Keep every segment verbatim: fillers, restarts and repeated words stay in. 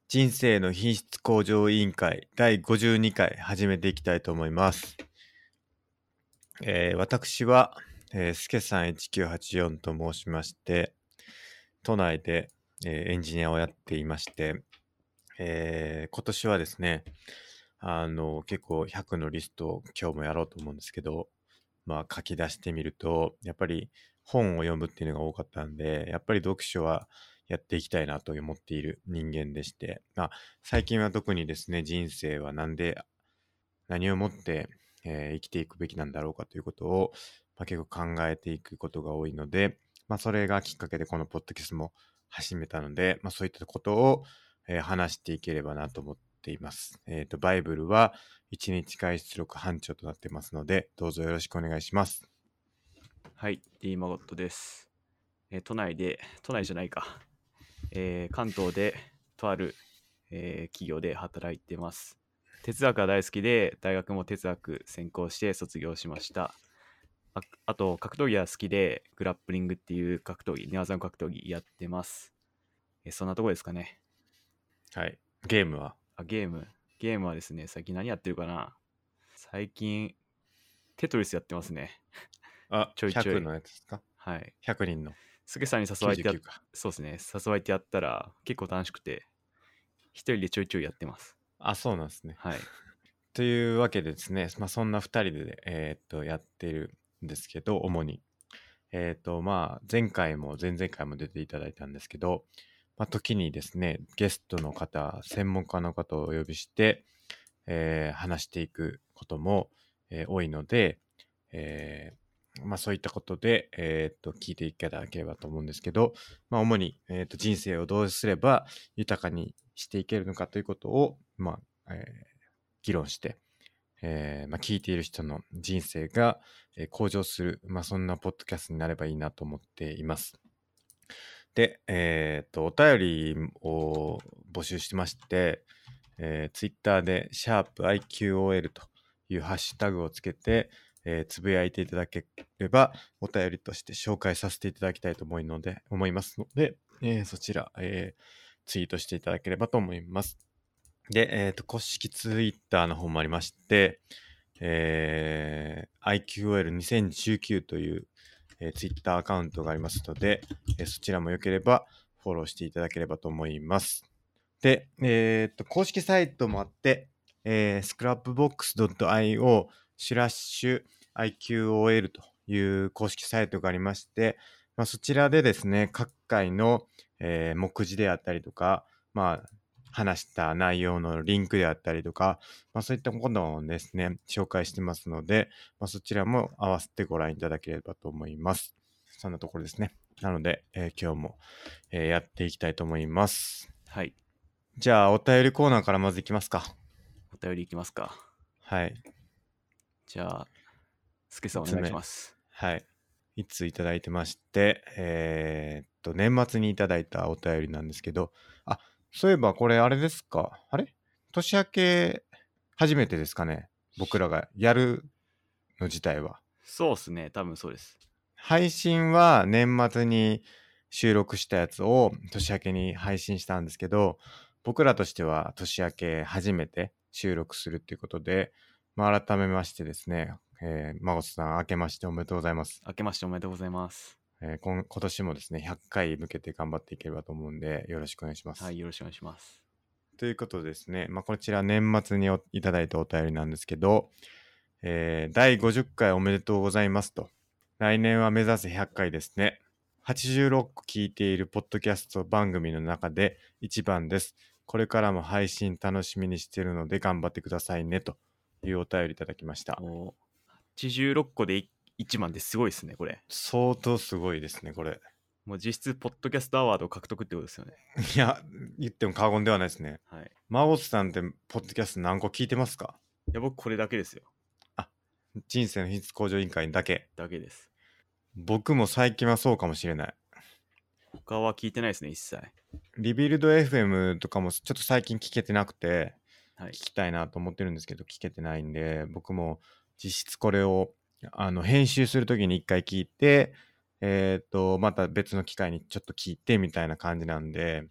人生の品質向上委員会だいごじゅうにかい始めていきたいと思います。えー、私は、えー、すけさんいちきゅうはちよんと申しまして、都内で、えーエンジニアをやっていまして、えー今年はですね、あの、結構ひゃくのリストを今日もやろうと思うんですけど、まあ書き出してみると、やっぱり本を読むっていうのが多かったんで、やっぱり読書はやっていきたいなと思っている人間でして、まあ最近は特にですね、人生はなんで、何をもって、えー生きていくべきなんだろうかということを、まあ、結構考えていくことが多いので、まあそれがきっかけでこのポッドキャストも始めたので、まあそういったことを、えー話していければなと思っています。えっと、バイブルはいちにちかい出力班長となってますので、どうぞよろしくお願いします。 はい、D マゴットです。えー都内で、都内じゃないか、えー関東でとある、えー企業で働いてます。哲学が大好きで、大学も哲学専攻して卒業しました。ああと、格闘技は好きで、グラップリングっていう格闘技、寝技の格闘技やってます。えーそんなとこですかね。 はい。ゲームはあ、ゲーム。ゲームはですね、最近何やってるかな。最近、テトリスやってますね。 あ、ひゃくちょいちょい。 のやつですか？ はい。 ひゃく 人の。 スケさんに誘われてやっ、 きゅうじゅうきゅうか。 そうですね、誘われてやったら結構楽しくて、一人でちょいちょいやってます。 あ、そうなんですね。 はい。 というわけでですね、まあそんなふたりで、えーっと、やってるんですけど、主に。えっと、まあ、前回も前々回も出ていただいたんですけど、まあ、時にですね、ゲストの方、専門家の方をお呼びして、えー話していくことも、えー多いので、えーまあそういったことで、えっと、聞いていただければと思うんですけど、まあ主に、えっと、人生をどうすれば豊かにしていけるのかということを、まあ、えー議論して、えーまあ、聞いている人の人生が、えー向上する、まあ、そんなポッドキャストになればいいなと思っています。で、えっと、お便りを募集してまして、えー、ツイッターで、シャープ アイキューオーエル というハッシュタグをつけて、えーつぶやいていただければ、お便りとして紹介させていただきたいと思いので、思いますので、えーそちら、えーツイートしていただければと思います。で、えっと、公式ツイッターの方もありまして、えー、アイキューオーエルにせんじゅうきゅう という、えー、ツイッターアカウントがありますので、えーそちらも良ければフォローしていただければと思います。で、えーっと、公式サイトもあって、えー、スクラップボックス ドットアイオー スラッシュ アイキューオーエル という公式サイトがありまして、まあ、そちらでですね、各回の、えー目次であったりとか、まあ、話した内容のリンクであったりとか、まあ、そういったことをですね、紹介してますので、まあ、そちらも合わせてご覧いただければと思います。そんなところですね。なので、えー今日も、えーやっていきたいと思います。 はい。 じゃあ、お便りコーナーからまずいきますか。 お便りいきますか。 はい。 じゃあ、スケさんお願いしいつつめ。 ます。 はい。いついただいてまして、えーっと、年末にいただいたお便りなんですけど、あ、そういえばこれあれですか？あれ年明け初めてですかね？僕らがやるの自体は。 そうっすね、多分そうです。 配信は年末に収録したやつを年明けに配信したんですけど、僕らとしては年明け初めて収録するっていうことで、まあ、改めましてですね、えー、孫さん明けましておめでとうございます。 明けましておめでとうございます。 えー今、今年もですね、ひゃっかい向けて頑張っていければと思うんで、よろしくお願いします。 はい、よろしくお願いします。 ということでですね、まあ、こちら年末にいただいたお便りなんですけど、えー、だいごじゅっかいおめでとうございますと。来年は目指せひゃっかいですね。はちじゅうろっこ聞いているポッドキャスト番組の中で一番です。これからも配信楽しみにしているので頑張ってくださいねというお便りいただきました。 おはちじゅうろっこでいちまんってすごいですね、これ。 相当すごいですね、これ。 もう実質、ポッドキャストアワード獲得ってことですよね。 いや、言っても過言ではないですね。 はい。いマオスさんってポッドキャスト何個聞いてますか？ や、僕これだけですよ。 あ、人生の品質向上委員会だけ。 だけです。 僕も最近はそうかもしれない。 他は聞いてないですね、一切。 リビルド エフエム とかもちょっと最近聞けてなくて、 はい。 聞きたいなと思ってるんですけど、聞けてないんで、僕も実質これを、あの、編集するときに一回聞いて、えっと、また別の機会にちょっと聞いてみたいな感じなんで、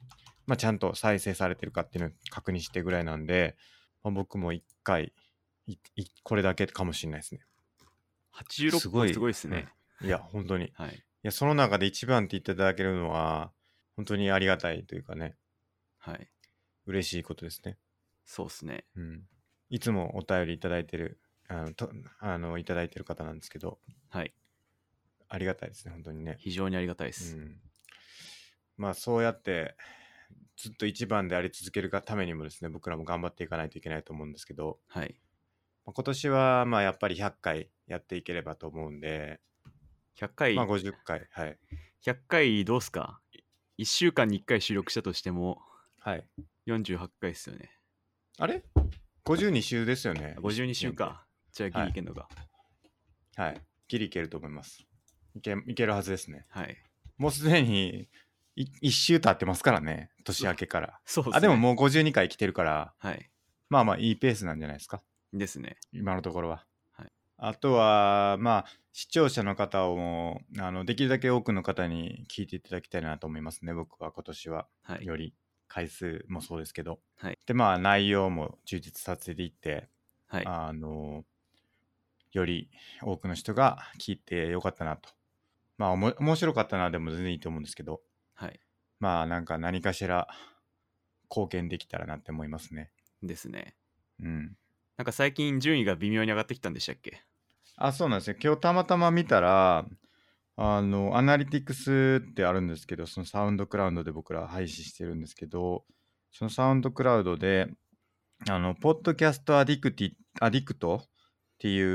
まあ、ちゃんと再生されてるかっていうのを確認してぐらいなんで、まあ、僕もいっかいいいこれだけかもしれないですね。 はちじゅうろっすごいぽんすごいですね。 うん、いや本当に、 はい。 いやその中で一番って言っていただけるのは本当にありがたいというかね、 はい。 嬉しいことですね。 そうですね。 うん、いつもお便りいただいてるあのとあのいただいてる方なんですけど、 はい。 ありがたいですね本当にね。 非常にありがたいでうす。 ん、まあそうやってずっと一番であり続けるがためにもですね、僕らも頑張っていかないといけないと思うんですけど、 はい。 まあ今年はまあやっぱりひゃっかいやっていければと思うんで、 ひゃっかい、 まあごじゅっかい、はい。 ひゃっかいどうすか ?いっ 週間にいっかい収録したとしてもはい。 よんじゅうはちかいですよね。 あれ ?ごじゅうに 週ですよね。 ごじゅうに週か。じゃあギリいけんのか。 はい。はい。ギリいけると思います。いけいけるはずですね。 はい。 もうすでにいいっ週経ってますからね。年明けから。 そうですね。 あ、でももうごじゅうにかい来てるから、 はい。 まあまあいいペースなんじゃないですか。 ですね。 今のところは。 はい。 あとは、まあ、視聴者の方をもあのできるだけ多くの方に聞いていただきたいなと思いますね、僕は今年は。 はい。 より回数もそうですけど。 はい。 で、まあ、内容も充実させていって、 はい。 あの、より多くの人が聞いてよかったなと。まあ、おも面白かったなでも全然いいと思うんですけど、 はい。 まあ、なんか何かしら貢献できたらなって思いますね。 ですね。 うん。 なんか最近順位が微妙に上がってきたんでしたっけ？ あ、そうなんですよ。今日たまたま見たら、あの、アナリティクスってあるんですけど、そのサウンドクラウドで僕ら配信してるんですけど、そのサウンドクラウドで、あの、ポッドキャストアディクティ、アディクトっていう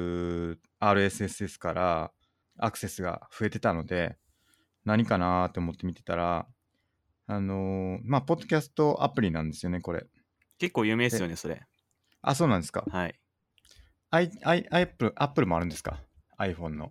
アールエスエス ですからアクセスが増えてたので、何かなーって思って見てたら、あのーまあ、ポッドキャストアプリなんですよね、これ。 結構有名ですよでね、それ。 あ、そうなんですか。 はい。 I、I、Apple、Apple もあるんですか？ iPhone の。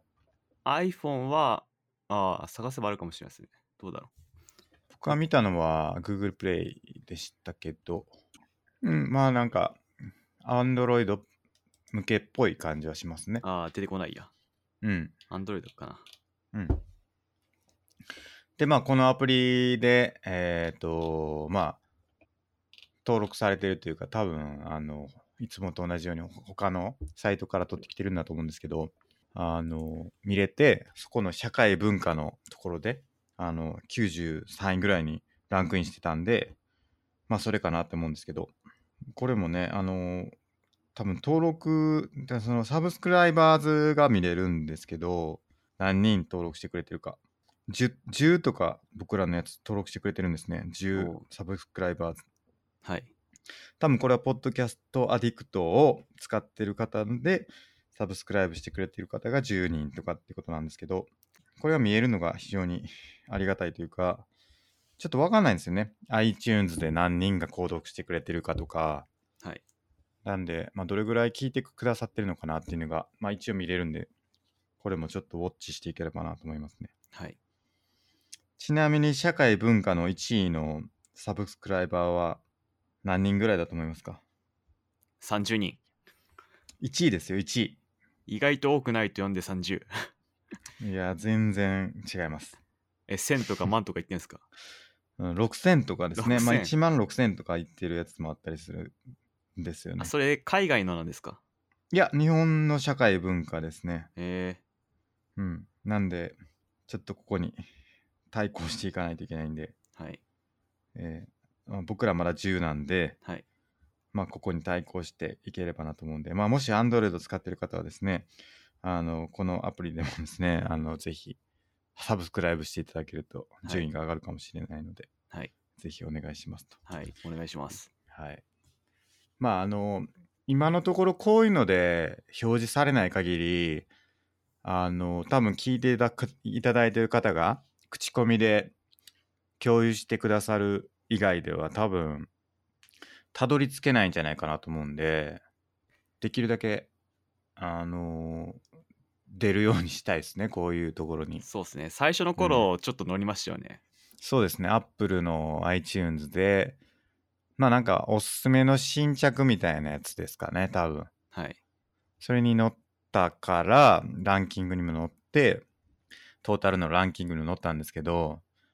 iPhone は、ああ、探せばあるかもしれないですね。どうだろ僕が見たのは Google Play でしたけど、うん、まあなんか、Android 向けっぽい感じはしますね。 う。ああ、出てこないや。 うん。 Android かな。 うん。で、まあ、このアプリで、えっ、と、まあ、登録されてるというか、多分、あの、いつもと同じように他のサイトから取ってきてるんだと思うんですけど、あの、見れて、そこの社会文化のところで、あの、きゅうじゅうさんいぐらいにランクインしてたんで、まあ、それかなって思うんですけど、これもね、あの、多分登録、でそのサブスクライバーズが見れるんですけど、何人登録してくれてるか。じゅう, じゅうとか僕らのやつ登録してくれてるんですね。じゅうおうサブスクライバーズ。 はい。 多分これはポッドキャストアディクトを使ってる方で、サブスクライブしてくれてる方がじゅうにんとかってことなんですけど、これが見えるのが非常にありがたいというか、ちょっとわかんないんですよね。iTunes で何人が購読してくれてるかとか、 はい。 なんで、まあ、どれぐらい聞いてくださってるのかなっていうのが、まあ、一応見れるんで、これもちょっとウォッチしていければなと思いますね。 はい。 ちなみに社会文化のいちいのサブスクライバーは何人ぐらいだと思いますか？ さんじゅうにん。 いちいですよ、いち意外と多くないと読んでさんじゅう。 い。いや、全然違います。 え、せんとか万とか言ってんすか？ うん、ろくせんとかですね。まあ、 ろくせん。 いちまんろくせんとか言ってるやつもあったりするんですよあ、 ね。 それ海外のなんですか？ いや、日本の社会文化ですね。 えうん。なんで、ちょっとここに対抗していかないといけないんで、 ー、はい。 えーまあ、僕らまだじゅうなんで、 はい。 まあ、ここに対抗していければなと思うんで、まあ、もし Android 使ってる方はですね、あの、このアプリでもですね、あの、ぜひ、サブスクライブしていただけると順位が上がるかもしれないので、 はい。 ぜひお願いしますと。 はい。お願いします。 はい。まあ、あの、今のところこういうので表示されない限り、あの、多分聞いていただいただいている方が、口コミで共有してくださる以外では多分、たどり着けないんじゃないかなと思うんで、できるだけ、あのー出るようにしたいですね、こういうところに。 そうですね。最初のうん、 頃、ちょっと乗りましたよね。 そうですね、Apple の iTunes で、まあなんかおすすめの新着みたいなやつですかね、多分。 はい。 それに載ったから、ランキングにも載って、トータルのランキングに載ったんですけど、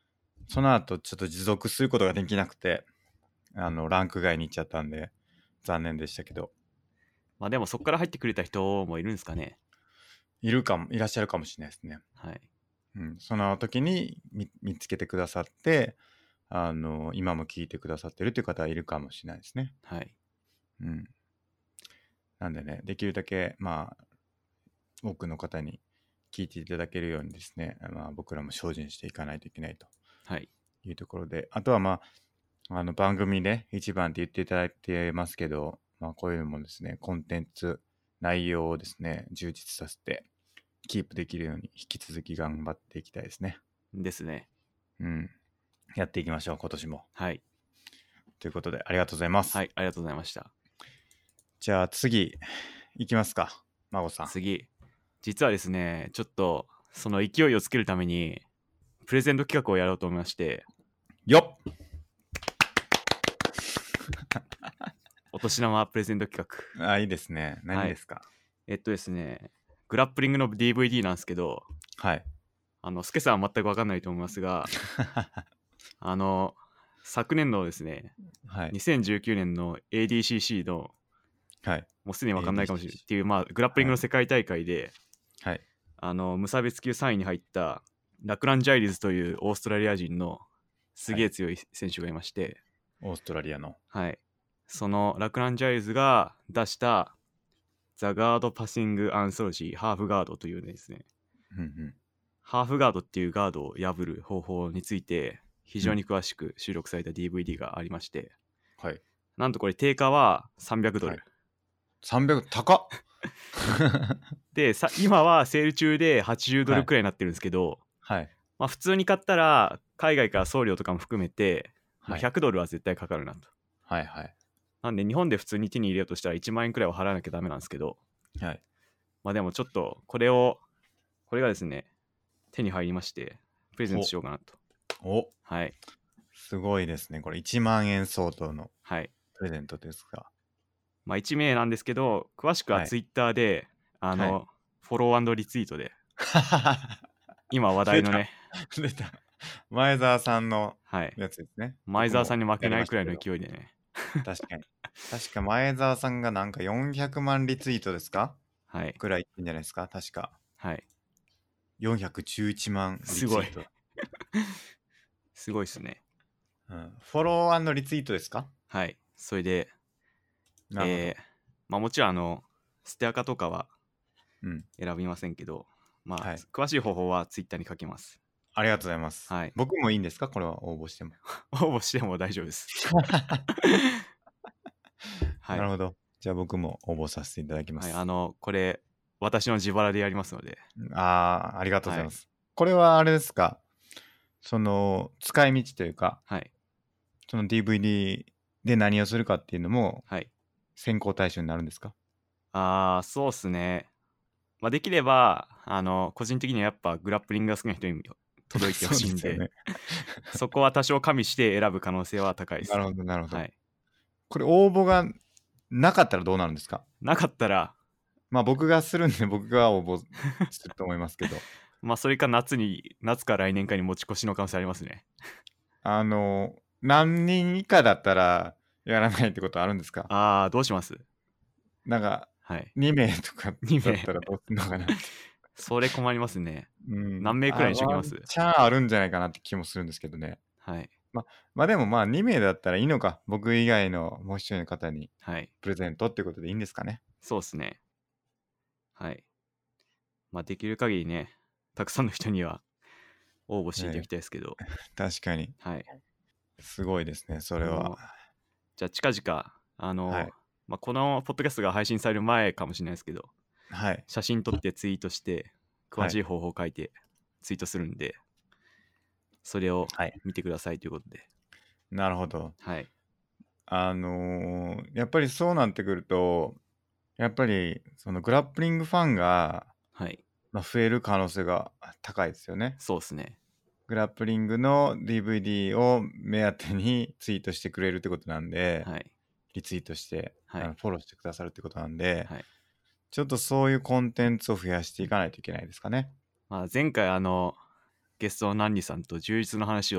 その後ちょっと持続することができなくて、あのランク外に行っちゃったんで残念でしたけど。 まあでもそこから入ってくれた人もいるんですかね。 いるかも、いらっしゃるかもしれないですね。 はい。 うん、その時に 見, 見つけてくださって、あの今も聞いてくださってるという方はいるかもしれないですね。 はい。 うん。なんでね、できるだけまあ多くの方に聞いていただけるようにですね、まあ、僕らも精進していかないといけないというところで、はい、あとはまああの番組で一番って言っていただいてますけど、まあ、こういうのもですね、コンテンツ内容をですね充実させてキープできるように引き続き頑張っていきたいですね。 ですね。 うん。やっていきましょう、今年も。 はい。 ということで、ありがとうございます。 はい、ありがとうございました。 じゃあ次、いきますか、孫さん。 次、実はですね、ちょっとその勢いをつけるために、プレゼント企画をやろうと思いまして。 よっお年玉プレゼント企画。あ、いいですね。何ですか？はい、 えっとですね、グラップリングの ディーブイディー なんですけど、 はい。 あの、スケさんは全く分かんないと思いますが、あの、昨年のですね、はい、にせんじゅうきゅうねんの エーディーシーシー の、はい、もうすでに分かんないかもしれないっていう、まあ、グラップリングの世界大会で、はい、あの無差別級さんいに入ったラクラン・ジャイルズというオーストラリア人のすげえ強い選手がいまして、 はい、オーストラリアの、 はい、そのラクラン・ジャイルズが出したザ・ガード・パッシング・アンソロジーハーフガードというですね、 うんうん、 ハーフガードっていうガードを破る方法について非常に詳しく収録された ディーブイディー がありまして、 うん、はい、 なんとこれ定価はさんびゃくドル、はい、 さんびゃく高っでさ今はセール中ではちじゅうドルくらいになってるんですけど、はいはい、まあ、普通に買ったら海外から送料とかも含めて、まあ、ひゃくドルは絶対かかるなと、はいはい、なんで日本で普通に手に入れようとしたらいちまんえんくらいは払わなきゃダメなんですけど、はい、まあでもちょっとこれをこれがですね手に入りましてプレゼントしようかなと。 お、 はい、 すごいですね。これいちまんえん相当のプレゼントですが、はい、 まあいち名なんですけど詳しくはツイッターで、はい、あの、はい、フォロー&リツイートで今話題のね出た前澤さんのやつですね、はい、 前澤さんに負けないくらいの勢いでね確かに確か前澤さんがなんかよんひゃくまんリツイートですか、はい、くらいいってんじゃないですか確か。はい、よんひゃくじゅういちまんリツイート。すごいすごいっすね、 うん、フォロー&リツイートですか？はい、 それでなるほど、えーまあ、もちろんあのステアカとかは選びませんけど、うん、まあ、はい、詳しい方法はツイッターに書きます。 ありがとうございます、はい、僕もいいんですかこれは応募しても応募しても大丈夫ですはい、なるほど。じゃあ僕も応募させていただきます。 はい、あのこれ私の自腹でやりますので。 ああ、ありがとうございます、はい、これはあれですか、その使い道というか、はい、その ディーブイディー で何をするかっていうのも選考対象になるんですか？ ああ、そうっすね。まあ、できればあの個人的にはやっぱグラップリングが好きな人に届いてほしいんで そ, で、ね、そこは多少加味して選ぶ可能性は高いです。 なるほどなるほど、はい、これ応募がなかったらどうなるんですか？ なかったらまあ僕がするんで僕が応募すると思いますけどまあそれか夏に夏か来年かに持ち越しの可能性ありますね。 あの何人以下だったらやらないってことあるんですか？ ああ、どうします？ なんか、はい、に名とかだったらどうするのかなってそれ困りますね、うん、何名くらいにしときます？ チャンあるんじゃないかなって気もするんですけどね。はい、ま, まあでもまあに名だったらいいのか、僕以外のもう一人の方にプレゼントっていうことでいいんですかね。はい、 そうですね。はい、まあできる限りねたくさんの人には応募していただきたいですけど、 ね、確かに、はい、すごいですねそれは。 じゃあ近々あの、はい、まあ、このポッドキャストが配信される前かもしれないですけど、はい、写真撮ってツイートして詳しい方法を書いてツイートするんで、はい、それを見てくださいということで、はい、 なるほど。はい、あのー、やっぱりそうなってくるとやっぱりそのグラップリングファンが、はい、まあ、増える可能性が高いですよね。 そうですね。 グラップリングの ディーブイディー を目当てにツイートしてくれるってことなんで、はい、リツイートして、はい、あのフォローしてくださるってことなんで、はい、ちょっとそういうコンテンツを増やしていかないといけないですかね。 まあ、前回あのゲストのナンニさんと充実の話を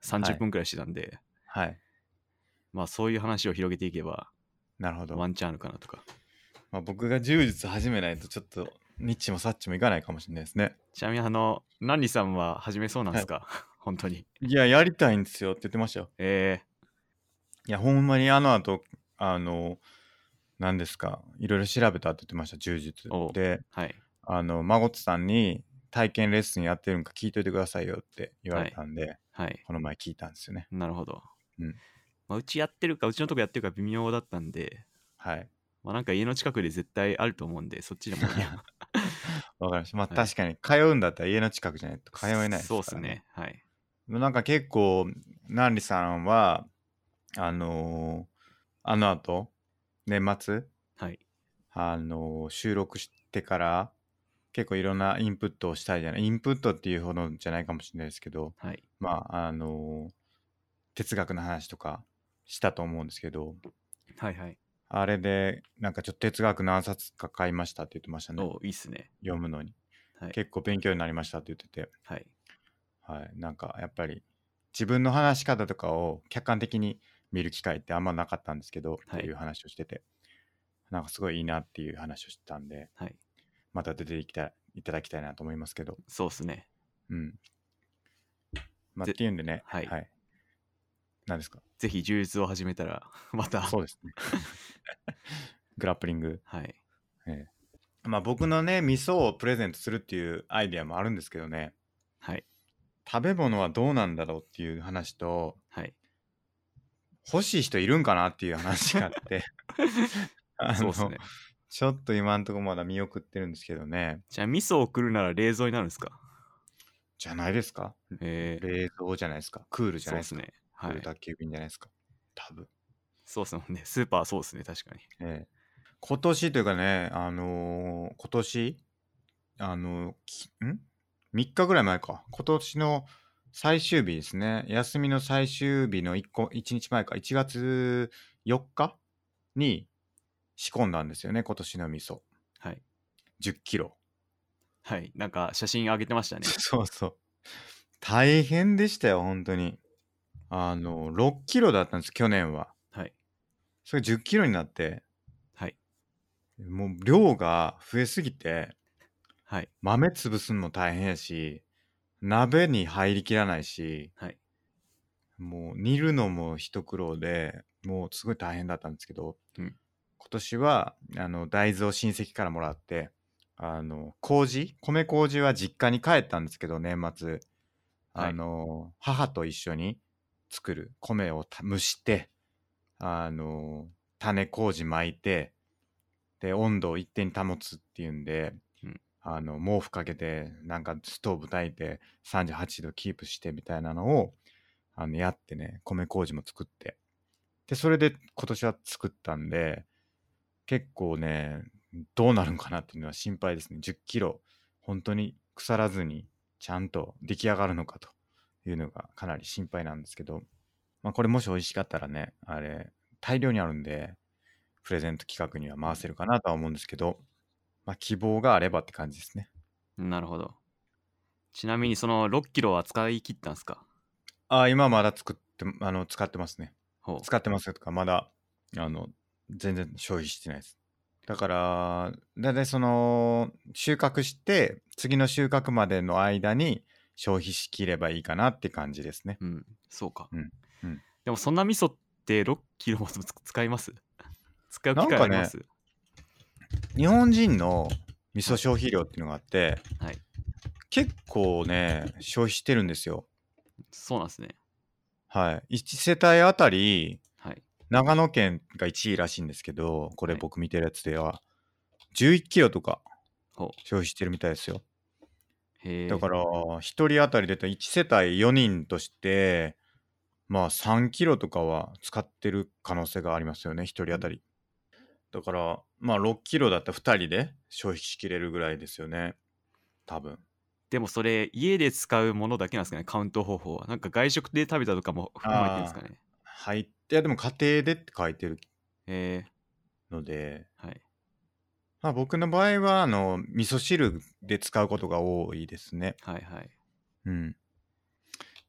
30分くらいしてたんで、 はい。 まあそういう話を広げていけばなるほど。 ワンチャンあるかなとか。 まあ、僕が柔術始めないとちょっとニッチもサッチもいかないかもしれないですね。 ちなみにあの、ナンリさんは始めそうなんではい。 すか？本当に。 いや、やりたいんですよって言ってましたよ。 えいや、ほんまにあの後、あの、何ですか、いろいろ調べたって言ってました、柔ー、 術。 おうで、 はい。 あの、マゴットさんに体験レッスンやってるんか聞いといてくださいよって言わはい。 れたんで、 はい。 この前聞いたんですよね。 なるほど。 うん。 まあ、うちやってるか、うちのとこやってるか微妙だったんで、 はい。 まあなんか家の近くで絶対あると思うんで、そっちでもいいや。 わかりました。まあはい。 確かに通うんだったら家の近くじゃないと通えないでそうっすからね。 すね。はい。 なんか結構、ナンリさんは、あのーあの後、年末、 はい。 あのー収録してから結構いろんなインプットをしたいじゃない。インプットっていうほどじゃないかもしれないですけど、 はい。 まあ、あのー哲学の話とかしたと思うんですけど、 はいはい。 あれでなんかちょっと哲学何冊か買いましたって言ってましたね。 おういいっすね。 読むのに。 はい。 結構勉強になりましたって言ってて、 はい。 はい。なんかやっぱり自分の話し方とかを客観的に見る機会ってあんまなかったんですけど、 はい。 っていう話をしてて、なんかすごいいいなっていう話をしてたんで、 はい。 また出ていきたいいただきたいなと思いますけど、 そうっすね。 うん。まあ、っぜ、 ていうんでね、 はい。 はい。何ですか？ ぜひ充実を始めたら、また。 そうですね。グラップリング。 はい。 ええ、まあ僕のね、味噌をプレゼントするっていうアイデアもあるんですけどね、 はい。 食べ物はどうなんだろうっていう話と、 はい。 欲しい人いるんかなっていう話があって、あの、 そうっすね。 ちょっと今んとこまだ見送ってるんですけどね、 じゃあ、味噌を送るなら冷蔵になるんですか？ じゃないですか？ えー、 冷蔵じゃないですか？クールじゃないですか？ そうっすね。 クーはい。 ル宅急便じゃないですか？多分。 そうっすもんね。スーパーそうっすね。確かに。 ええ、今年というかね、あのー今年、あのきん ?みっ 日ぐらい前か。今年の最終日ですね。休みの最終日のいっこ、いちにちまえか。いちがつよっかに仕込んだんですよね。今年の味噌。 はい。 じゅっキロ。 はい。なんか写真上げてましたね。 そうそう。大変でしたよ、本当に。あの、ろっキロだったんです、去年は。 はい。 それじゅっキロになって、 はい。 もう量が増えすぎて、 はい。 豆潰すのも大変やし、鍋に入りきらないし、 はい。 もう煮るのも一苦労で、もうすごい大変だったんですけど、 うん。 今年はあの大豆を親戚からもらって、あの麹、米麹は実家に帰ったんですけど、年末、あはい。 の母と一緒に作る米をた蒸して、あの種麹巻いて、で温度を一定に保つっていうんで、 うん。 あの毛布かけてなんかストーブ焚いてさんじゅうはちどキープしてみたいなのをあのやってね、米麹も作って、でそれで今年は作ったんで、結構ね、どうなるんかなっていうのは心配ですね。じゅっキロ本当に腐らずにちゃんと出来上がるのかというのがかなり心配なんですけど、まあこれもし美味しかったらね、あれ大量にあるんでプレゼント企画には回せるかなとは思うんですけど、まあ希望があればって感じですね。 なるほど。ちなみにそのろっキロは使い切ったんですか？ ああ、今まだ作ってあの使ってますね。 ほう。 使ってますとか、まだあの全然消費してないです。だからだいたいその収穫して次の収穫までの間に消費しきればいいかなって感じですね。 うん。そうか。 うんうん。 でもそんな味噌ってろっキロもつ使います？使う機なんかね、 会あります？ 日本人の味噌はい。 消費量っていうのがあって、 はい。 結構ね消費してるんですよ。 そうなんですね。 はい。いち世帯あたりはい。 長野県がいちいらしいんですけど、これはい。 僕見てるやつではじゅういちキロとかほう。 消費してるみたいですよ。 へえ。 だからひとり当たりでいち世帯よにんとしてまあさんキロとかは使ってる可能性がありますよね、ひとり当たり。だからまあろっキロだったらふたりで消費しきれるぐらいですよね、多分。 でもそれ家で使うものだけなんですかね、カウント方法は。なんか外食で食べたとかも含まれてるんですああ、 かね。 入って、いやでも家庭でって書いてるへえ。 ので、 はい。 まあ僕の場合はあの味噌汁で使うことが多いですね。 はいはい。 うん。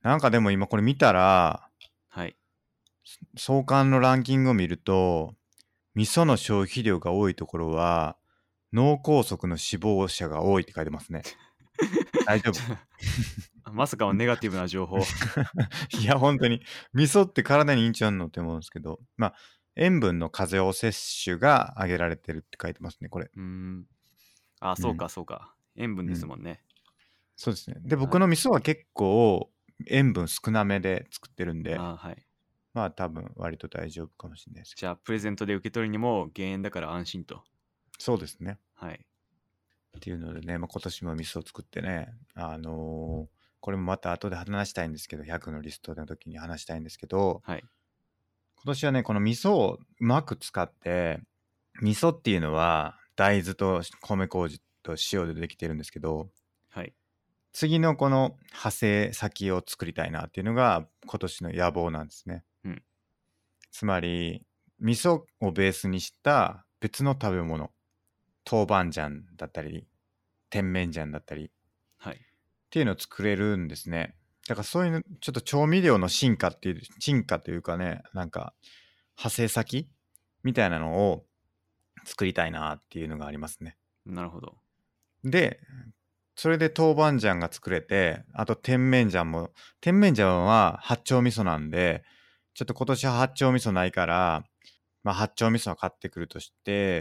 なんかでも今これ見たら、 はい。 相関のランキングを見ると、味噌の消費量が多いところは、脳梗塞の死亡者が多いって書いてますね。大丈夫まさかのネガティブな情報。 いや、本当に。味噌って体にいいんちゃうのって思うんですけど、まあ、塩分の過剰摂取が挙げられてるって書いてますね、これ。 うーん。あ、そうか、そうか。塩分ですもんね。 そうですね。で、 はい僕の味噌は結構塩分少なめで作ってるんで、 あはい。 まあ多分割と大丈夫かもしれないですけじゃあ、プレゼントで受け取るにも減塩だから安心と。 ど。そうですね。 はい。 っていうのでね、まあ、今年も味噌を作ってね、あのーこれもまた後で話したいんですけど、ひゃくのリストの時に話したいんですけど、 はい。 今年はね、この味噌をうまく使って、味噌っていうのは大豆と米麹と塩でできてるんですけど、 はい。 次のこの派生先を作りたいなっていうのが今年の野望なんですね。 うんつまり、味噌をベースにした別の食べ物、豆板醤だったり、甜麺醤だったり、 はい。 っていうのを作れるんですね。だからそういうのちょっと調味料の進化っていう進化というかね、なんか派生先みたいなのを作りたいなっていうのがありますね。 なるほど。 で、それで豆板醤が作れて、あと甜麺醤も、甜麺醤は八丁味噌なんで、ちょっと今年は八丁味噌ないから、まあ八丁味噌は買ってくるとして、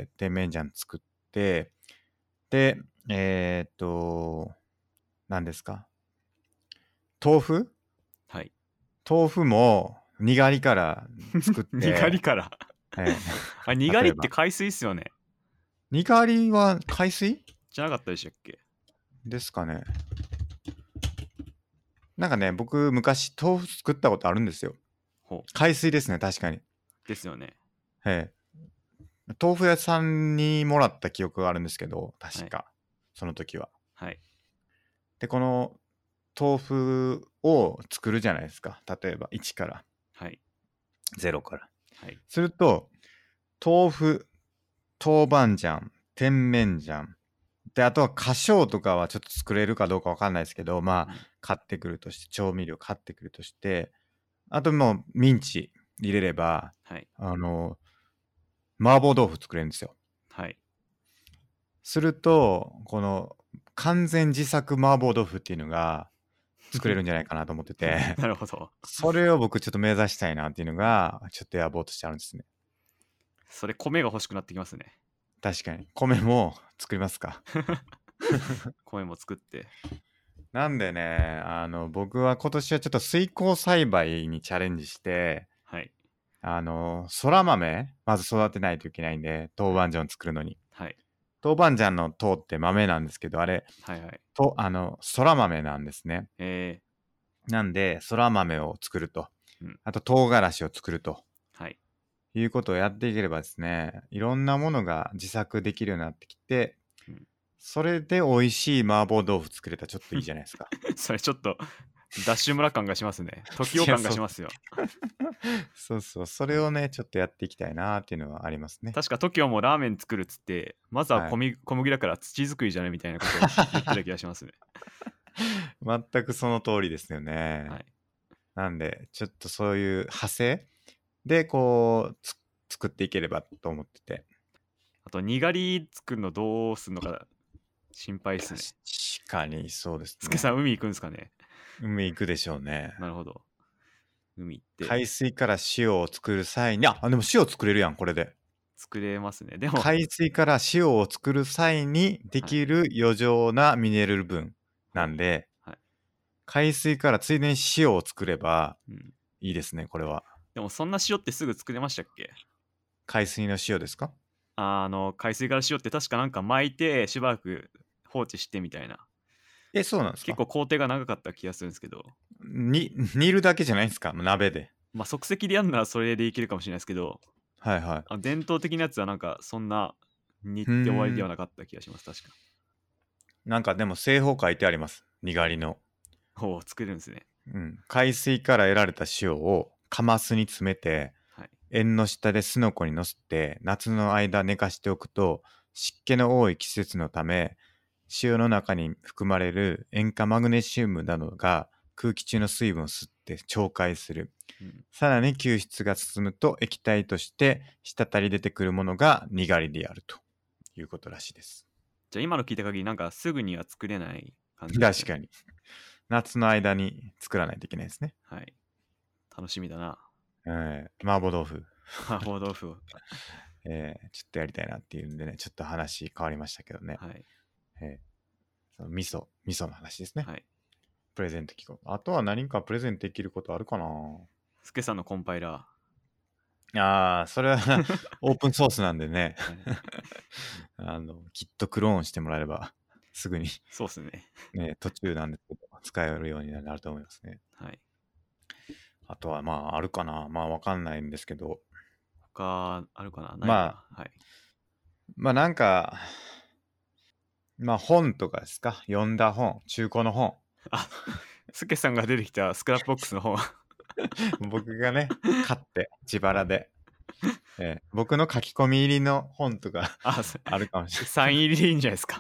甜麺醤作って、で、えー、っと、何ですか豆腐はい。 豆腐もにがりから作っにがりて、 から。 えあ、にがりって海水っすよね。 にがりは海水じゃなかったでしたっけ？ ですかね。なんかね、僕昔豆腐作ったことあるんですよ。 ほう。 海水ですね、確かに。 ですよね。 ええ。豆腐屋さんにもらった記憶があるんですけど、確か、その時は。 はい。 で、この豆腐を作るじゃないですか。例えばいちからはい。 ゼロから。 はい。 すると、豆腐、豆板醤、甜麺醤。で、あとは花椒とかはちょっと作れるかどうかわかんないですけど、まあ、 うん買ってくるとして、調味料買ってくるとして、あともうミンチ入れれば、 はい。 あの、麻婆豆腐作れるんですよ。 はい。 すると、この完全自作麻婆豆腐っていうのが作れるんじゃないかなと思ってて、 なるほど。 それを僕ちょっと目指したいなっていうのが、ちょっと野望としてあるんですね。 それ、米が欲しくなってきますね。 確かに。米も作りますか。 米も作って。 なんでね、あの、僕は今年はちょっと水耕栽培にチャレンジして、 はい。 あの、そら豆、まず育てないといけないんで、豆板醤作るのに。 はい。 豆板醤の豆って豆なんですけど、あれ、 はいはい。 と、あの、そら豆なんですね。 えなんで、そら豆を作ると。 うんあと、唐辛子を作ると。 ー、はい。 いうことをやっていければですね、いろんなものが自作できるようになってきて、 うんそれで美味しい麻婆豆腐作れたらちょっといいじゃないですか。 それちょっと、ダッシュ村感がしますね。時を感がしますよ。 そうそう、それをね、ちょっとやっていきたいなっていうのはありますね。 確か トキオもラーメン作るっつって、まずははい小麦,、小麦だから土作りじゃねみたいなことを言ってた気がしますね。 全くその通りですよね。 はい。 なんで、ちょっとそういう派生でこうつ作っていければと思ってて。 あと、にがり作るのどうすんのか心配っすね。 確かにそうですね。 つけさん、海行くんですかね？ 海行くでしょうね。 なるほど。海行って海水から塩を作る際に、あ、でも塩作れるやん、これで。 作れますね。でも、 海水から塩を作る際にできる余剰なミネラル分なんで、 はい。 海水からついでに塩を作ればうん、 いいですね、これは。 でも、そんな塩ってすぐ作れましたっけ？ 海水の塩ですか？ あの、海水から塩って確かなんか巻いてしばらく放置してみたいな。 え、そうなんですか？ 結構工程が長かった気がするんですけど、 に煮るだけじゃないんですか？鍋で。 まあ即席でやるならそれでいけるかもしれないですけど、 はいはい。 あ伝統的なやつはなんかそんな煮ってうーん終わりではなかった気がします。確か。 なんかでも製法書いてあります。にがりの。 ほう、作れるんですね。 うん。海水から得られた塩をカマスに詰めて、 はい。 縁の下でスノコに乗せて夏の間寝かしておくと湿気の多い季節のため塩の中に含まれる塩化マグネシウムなどが空気中の水分を吸って潮解する。 うん、 さらに吸湿が進むと液体として滴り出てくるものがにがりであるということらしいです。 じゃあ今の聞いた限りなんかすぐには作れない感じですね。 確かに。夏の間に作らないといけないですね。 はい。楽しみだな。 えー、麻婆豆腐。 麻婆豆腐を。 えー、ちょっとやりたいなっていうんでね、ちょっと話変わりましたけどね。 はい。 えー、その味噌、味噌の話ですね。 はい。 プレゼント聞こう。あとは何かプレゼントできることあるかな。 スケさんのコンパイラああ、それはオープンソースなんでね。 ー。はい、 あの、きっとクローンしてもらえれば、すぐに、 そうっすね。 ね、途中なんですけど、使えるようになると思いますね。 はい。 あとは、まあ、あるかな。まあ、わかんないんですけど、 他あるかなないかな、 まあ、 はい。 まあ、なんか、まあ、本とかですか。読んだ本、中古の本。 あ、スケさんが出てきたスクラップボックスの方。 僕がね、買って自腹で、えー僕の書き込み入りの本とかあ、 あるかもしれない。 サイン入りでいいんじゃないですか。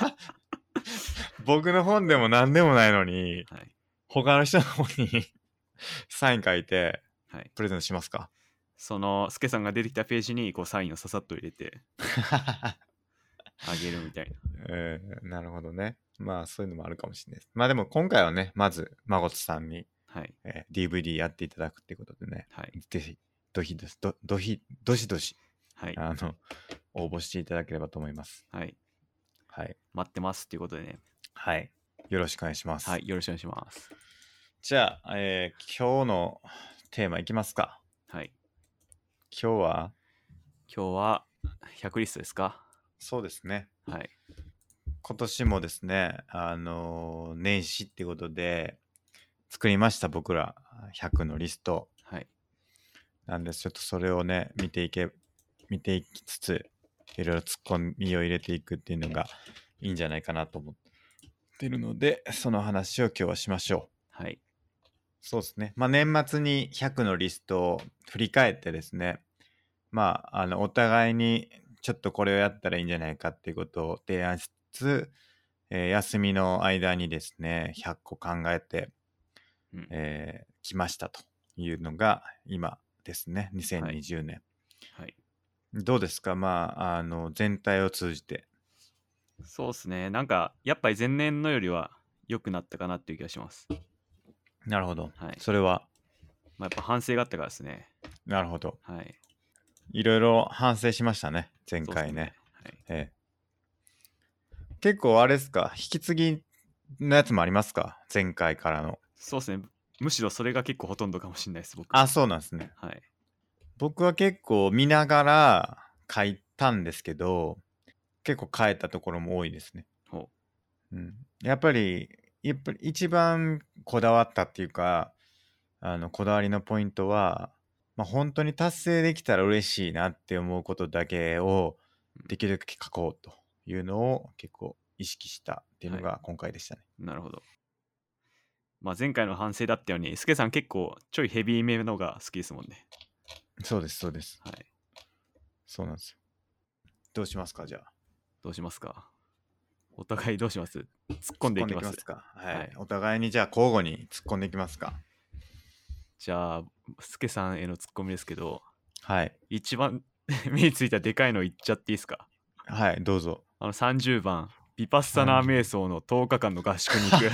僕の本でも何でもないのに、 はい。 他の人の本にサイン書いてはい。 プレゼントしますか。 そのスケさんが出てきたページにこうサインをささっと入れてあげるみたいな。 えー、なるほどね。まあそういうのもあるかもしれないです。まあでも今回はね、まず、まごつさんに、 はい。 えー ディーブイディー やっていただくっていうことでね、 はい。 ぜひ、どひどし、ど、どひ、どしどし、 はい。 あの、応募していただければと思います。 はい。 はい。 待ってますっていうことでね。 はい。よろしくお願いします。 はい。よろしくお願いします。 じゃあ、えー今日のテーマいきますか。 はい。 今日は、 今日はひゃくリストですか。 そうですね。 はい。 今年もですね、あのー年始ってことで、作りました僕らひゃくのリストはい。 なんです。ちょっとそれをね、見ていけ、見ていきつつ、いろいろツッコミを入れていくっていうのがいいんじゃないかなと思ってるので、その話を今日はしましょう。 はい。 そうですね。まあ年末にひゃくのリストを振り返ってですね、まあ、あの、お互いにちょっとこれをやったらいいんじゃないかっていうことを提案しつつ、えー休みの間にですね、ひゃっこ考えて、 うん。 えー来ましたというのが今ですね、にせんにじゅうねん。 はい。 どうですか、まあ、あの、全体を通じて。 そうですね。なんか、やっぱり前年のよりは良くなったかなっていう気がします。 なるほど。 はい。 それは、 まあ、やっぱ反省があったからですね。 なるほど。 はい。 いろいろ反省しましたね、前そうっす回ね。 はい。 ええ結構あれですか、引き継ぎのやつもありますか、前回からの。 そうですね。むしろそれが結構ほとんどかもしれないです、僕。 あ、そうなんですね。 はい。 僕は結構見ながら書いたんですけど、結構変えたところも多いですね。 ほうん、やっぱり、やっぱり一番こだわったっていうか、あの、こだわりのポイントは、まあ、本当に達成できたら嬉しいなって思うことだけをできるだけ書こうというのを結構意識したっていうのが今回でしたね。 う。なるほど。まあ、前回の反省だったように、スケさん結構ちょいヘビーめのが好きですもんね。 そうです、そうです。 はい。 そうなんですよ。どうしますか、じゃあ。 どうしますか。お互いどうします。突っ込んでいきます。 か。はい。 はいお互いにじゃあ交互に突っ込んでいきますか。 じゃあ、スケさんへのツッコミですけど、 はい。 一番目についたでかいの言っちゃっていいですか。 はい、どうぞ。 あのさんじゅうばん、ビパッサナー瞑想のとおかかんの合宿に行く。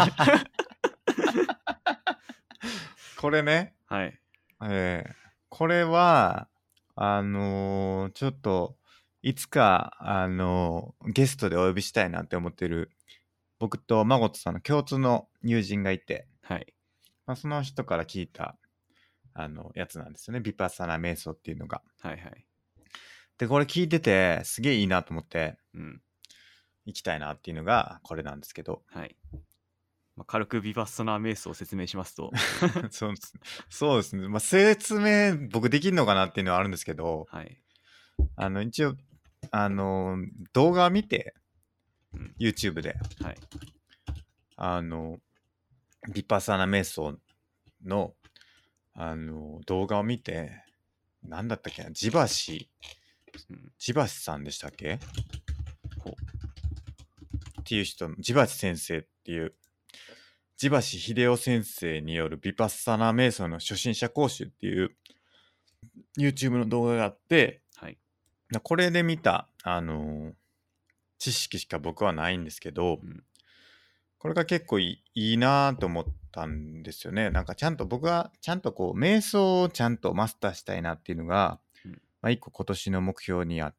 これね、 はい。 えーこれは、あのーちょっと、いつか、あのーゲストでお呼びしたいなって思ってる、僕とマゴトさんの共通の友人がいて、 はい。 まあ、その人から聞いた、あの、やつなんですよね。ビパッサナ瞑想っていうのが。 はいはい。 で、これ聞いてて、すげえいいなと思って、 うん。 行きたいなっていうのが、これなんですけど。 はい。まあ、軽くビパッサナー瞑想を説明しますと、 そうですね。そうですね。まあ、説明、僕できるのかなっていうのはあるんですけど、 はい。 あの、一応、あの、動画を見て、 うん、 YouTube で、 はい。 あの、ビパッサナ瞑想の、あの、動画を見て、なんだったっけな、ジバシ、 うん、 ジバシさんでしたっけほう。 っていう人、ジバシ先生っていう地橋秀夫先生によるヴィパッサナ瞑想の初心者講習っていう YouTube の動画があって、 はい。 これで見た、あのー知識しか僕はないんですけど、 うん。 これが結構いい、いいなと思ったんですよね。なんかちゃんと僕はちゃんとこう瞑想をちゃんとマスターしたいなっていうのが、 うんまあ一個今年の目標にあって、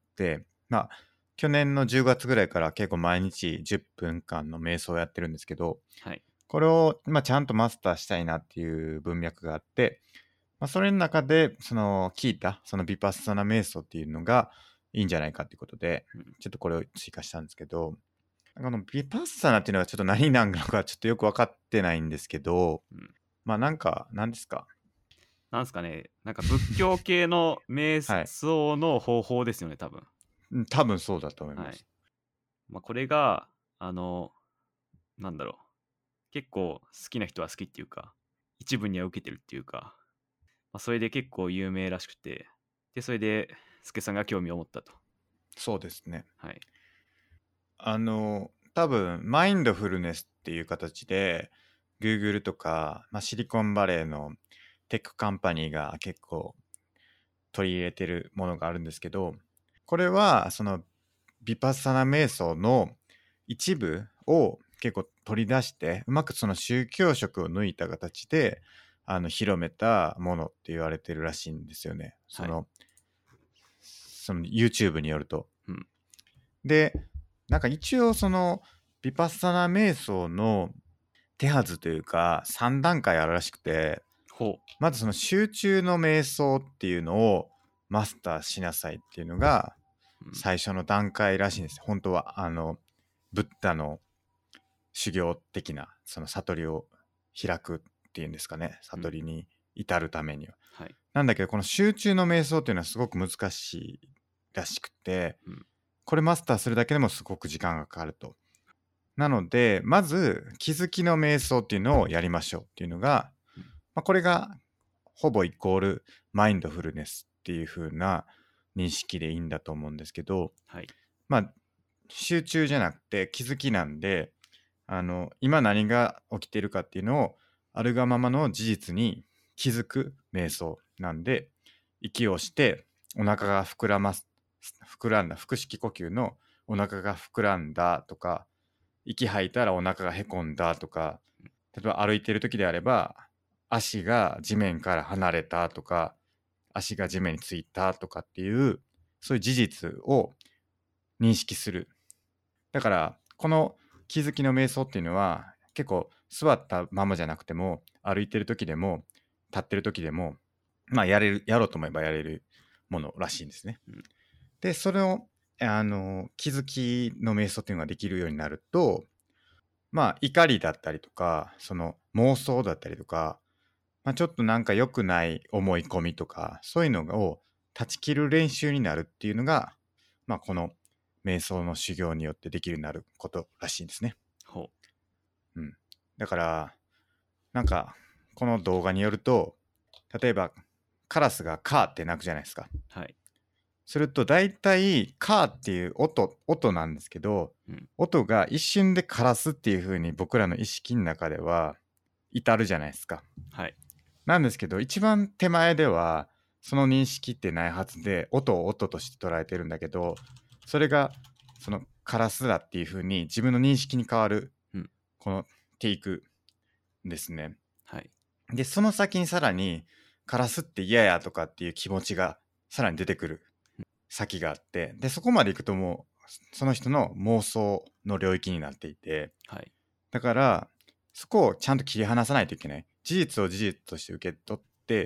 まあ去年のじゅうがつぐらいから結構毎日じゅっぷんかんの瞑想をやってるんですけど、 はい。 これをまあちゃんとマスターしたいなっていう文脈があって、まあ、それの中でその聞いたそのヴィパッサナ瞑想っていうのがいいんじゃないかっていうことで、 うんちょっとこれを追加したんですけど、このヴィパッサナっていうのはちょっと何なのかちょっとよく分かってないんですけど、 うんまあなんか何ですか。 なんすかね、なんか仏教系の瞑はい。 想の方法ですよね、多分。 うん多分そうだと思いはい。 ます。 まあ、これが、あの、なんだろう。結構好きな人は好きっていうか、一部には受けてるっていうか、まあ、それで結構有名らしくて、で、それで、スケさんが興味を持ったと。 そうですね。 はい。 あの多分マインドフルネスっていう形で Google とか、まあ、シリコンバレーのテックカンパニーが結構取り入れてるものがあるんですけど、これはそのヴィパッサナ瞑想の一部を結構取り出してうまくその宗教色を抜いた形であの広めたものって言われてるらしいんですよね。その、 はいその YouTube によると。 うん。 で、なんか一応そのヴィパッサナ瞑想の手はずというかさん段階あるらしくて、 ほまずその集中の瞑想っていうのをマスターしなさいっていうのがう。うん、 最初の段階らしいんです。本当はあのブッダの修行的なその悟りを開くっていうんですかね、悟りに至るためには、 はい。 なんだけどこの集中の瞑想っていうのはすごく難しいらしくて、 うんこれマスターするだけでもすごく時間がかかると。なのでまず気づきの瞑想っていうのをやりましょうっていうのが、 うんまあ、これがほぼイコールマインドフルネスっていう風な認識でいいんだと思うんですけど、 はい。 まあ集中じゃなくて気づきなんで、あの今何が起きてるかっていうのをあるがままの事実に気づく瞑想なんで、息をしてお腹が膨らます膨らんだ腹式呼吸のお腹が膨らんだとか、息吐いたらお腹がへこんだとか、例えば歩いてる時であれば足が地面から離れたとか、足が地面についたとかっていうそういう事実を認識する。だからこの気づきの瞑想っていうのは結構座ったままじゃなくても歩いてる時でも立ってる時でもまあやれるやろうと思えばやれるものらしいんですね。 うんでそれをあの気づきの瞑想っていうのができるようになると、まあ怒りだったりとかその妄想だったりとか、まあ、ちょっとなんか良くない思い込みとかそういうのを断ち切る練習になるっていうのが、まあ、この瞑想の修行によってできるようになることらしいんですね。 ほうん、だからなんかこの動画によると、例えばカラスがカーって鳴くじゃないですか。 う。はい。 すると大体カーっていう音音なんですけど、 うん。 音が一瞬でカラスっていう風に僕らの意識の中では至るじゃないですか。 はい。 なんですけど一番手前ではその認識ってないはずで音を音として捉えてるんだけど、それがそのカラスだっていう風に自分の認識に変わる、 うん、 このテイクですね。 はい。 でその先にさらにカラスって嫌やとかっていう気持ちがさらに出てくる先があって、でそこまでいくともうその人の妄想の領域になっていて、 はい。 だからそこをちゃんと切り離さないといけない。事実を事実として受け取って、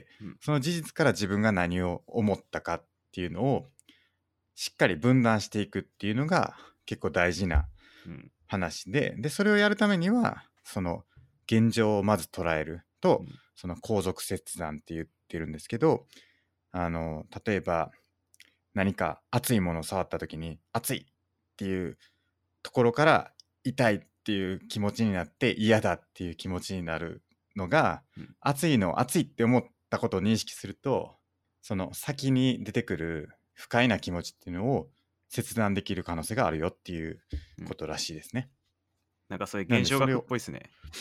うん、 その事実から自分が何を思ったかっていうのをしっかり分断していくっていうのが結構大事なうん、 話で、でそれをやるためにはその現状をまず捉えると、 うんその後続切断って言ってるんですけど、あの例えば何か熱いものを触った時に熱いっていうところから痛いっていう気持ちになって嫌だっていう気持ちになるのが、 うん、 熱いのを熱いって思ったことを認識すると、その先に出てくる不快な気持ちっていうのを切断できる可能性があるよっていうことらしいですね。 なんかそういうなん現象学っでそれをぽいですね。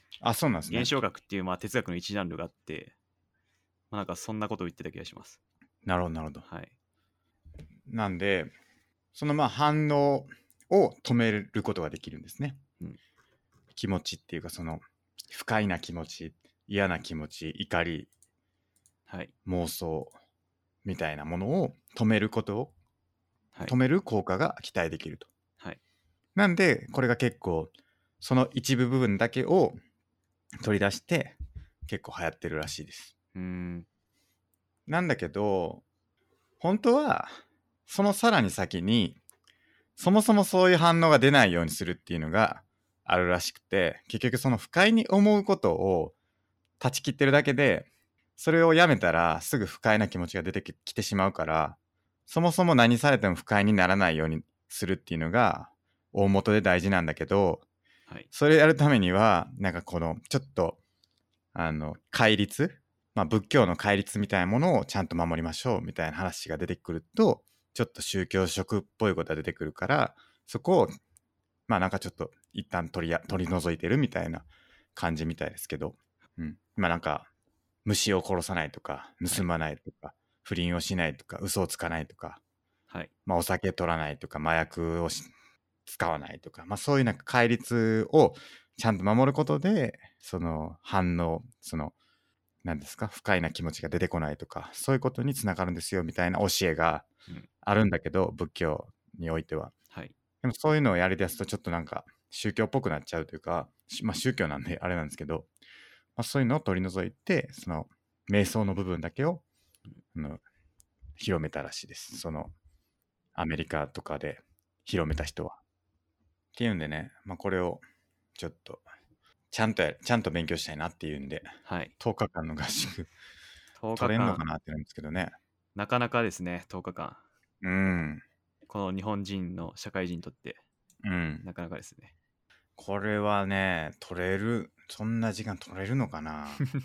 あ、そうなんですね。 現象学っていうまあ哲学の一ジャンルがあって、まあ、なんかそんなことを言ってた気がします。 なるほどなるほど。 はい。 なんでそのまあ反応を止めることができるんですね。 うん、 気持ちっていうかその不快な気持ち、嫌な気持ち、怒り、 はい、 妄想みたいなものを止めることを、 はい、 止める効果が期待できると。 はい。 なんでこれが結構その一部部分だけを取り出して結構流行ってるらしいです。 うーん。 なんだけど本当はそのさらに先にそもそもそういう反応が出ないようにするっていうのがあるらしくて、結局その不快に思うことを断ち切ってるだけで、それをやめたらすぐ不快な気持ちが出てきてしまうから、そもそも何されても不快にならないようにするっていうのが大元で大事なんだけど、 はい、 それやるためにはなんかこのちょっとあの戒律、まあ、仏教の戒律みたいなものをちゃんと守りましょうみたいな話が出てくると、ちょっと宗教色っぽいことが出てくるから、そこをまあなんかちょっと一旦取りや取り除いてるみたいな感じみたいですけど、うん、まあなんか虫を殺さないとか盗まないとか、はい、不倫をしないとか嘘をつかないとか、 はい、 まあ、お酒取らないとか麻薬を使わないとか、まあ、そういうなんか戒律をちゃんと守ることでその反応、その何ですか、不快な気持ちが出てこないとか、そういうことにつながるんですよみたいな教えがあるんだけど、うん、仏教においては、はい、でもそういうのをやりだすとちょっとなんか宗教っぽくなっちゃうというか、まあ宗教なんであれなんですけど、まあ、そういうのを取り除いてその瞑想の部分だけを、うん、あの広めたらしいです。そのアメリカとかで広めた人は。っていうんでね、まあ、これをちょっとちゃんとやちゃんと勉強したいなっていうんで、 はい、 とおかかんの合宿とおかかん取れんのかなってなんですけどね。 なかなかですね、とおかかん。 うん。 この日本人の社会人にとって、 うん。 なかなかですね。 これはね、取れる、そんな時間取れるのかな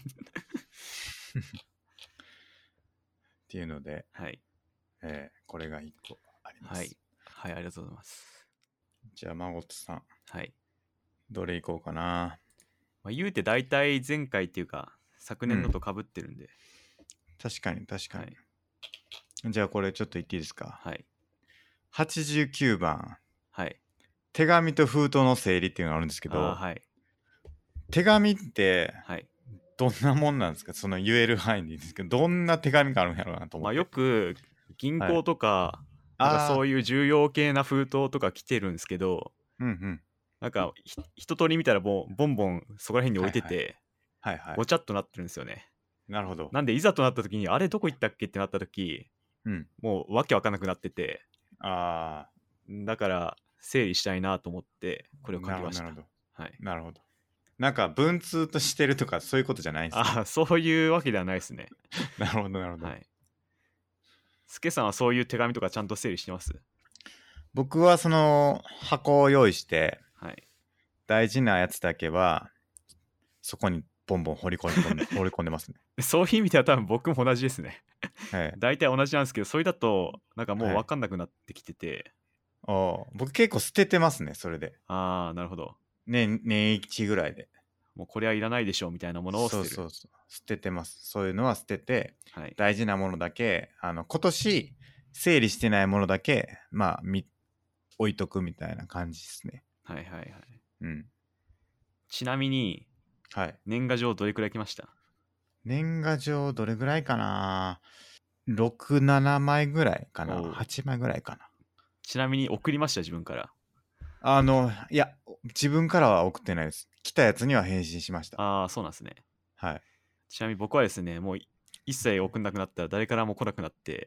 っていうので、 はい。 えー、これがいっこあります。 はい。はい、ありがとうございます。 じゃあ、まごとさん。 はい。 どれいこうかな。 まあ、言うて大体前回っていうか、昨年のと被ってるんで。 うん、確かに、確かに。 はい、 じゃあ、これちょっと言っていいですか。 はい。 はちじゅうきゅうばん。 はい。 手紙と封筒の整理っていうのがあるんですけど、 はい、 手紙ってはいどんなもんなんですか。その言える範囲でいいんですけど、どんな手紙があるんやろうなと思って。 まあ、よく銀行とか、はい、なんかそういう重要系な封筒とか来てるんですけど、 うんうん、 なんか一通り見たらもうボンボンそこら辺に置いてて、 はいはいはいはい、 ごちゃっとなってるんですよね。 なるほど。 なんでいざとなった時にあれどこ行ったっけってなった時、うん、もうわけわかんなくなってて、 あーだから整理したいなと思ってこれを書きました。 なるほど、 はい、 なるほど。なんか文通としてるとかそういうことじゃないですか。 あ、そういうわけではないですね。 なるほどなるほど。 はい。スケさんはそういう手紙とかちゃんと整理してます？ 僕はその箱を用意して、 はい、 大事なやつだけはそこにボンボン放り込んで放り込んでますね。 そういう意味では多分僕も同じですね。 はい、 大体同じなんですけど、それだとなんかもう分かんなくなってきてて、 はい、お僕結構捨ててますね、それで。 ああ、なるほど。 年年一ぐらいで。 もうこれはいらないでしょうみたいなものを捨てる。 そうそうそう、捨ててます。そういうのは捨てて、 はい、 大事なものだけ、あの今年整理してないものだけまあみ置いとくみたいな感じですね。 はいはいはい。 うん。 ちなみに、はい、年賀状どれくらい来ました？ 年賀状どれぐらいかな。ろく、ななまいぐらいかな。はちまいぐらいかな。 ちなみに送りました？自分から。 あのいや自分からは送ってないです。来たやつには返信しました。 ああ、そうなんですね。 はい。 ちなみに僕はですね、もう一切送んなくなったら誰からも来なくなって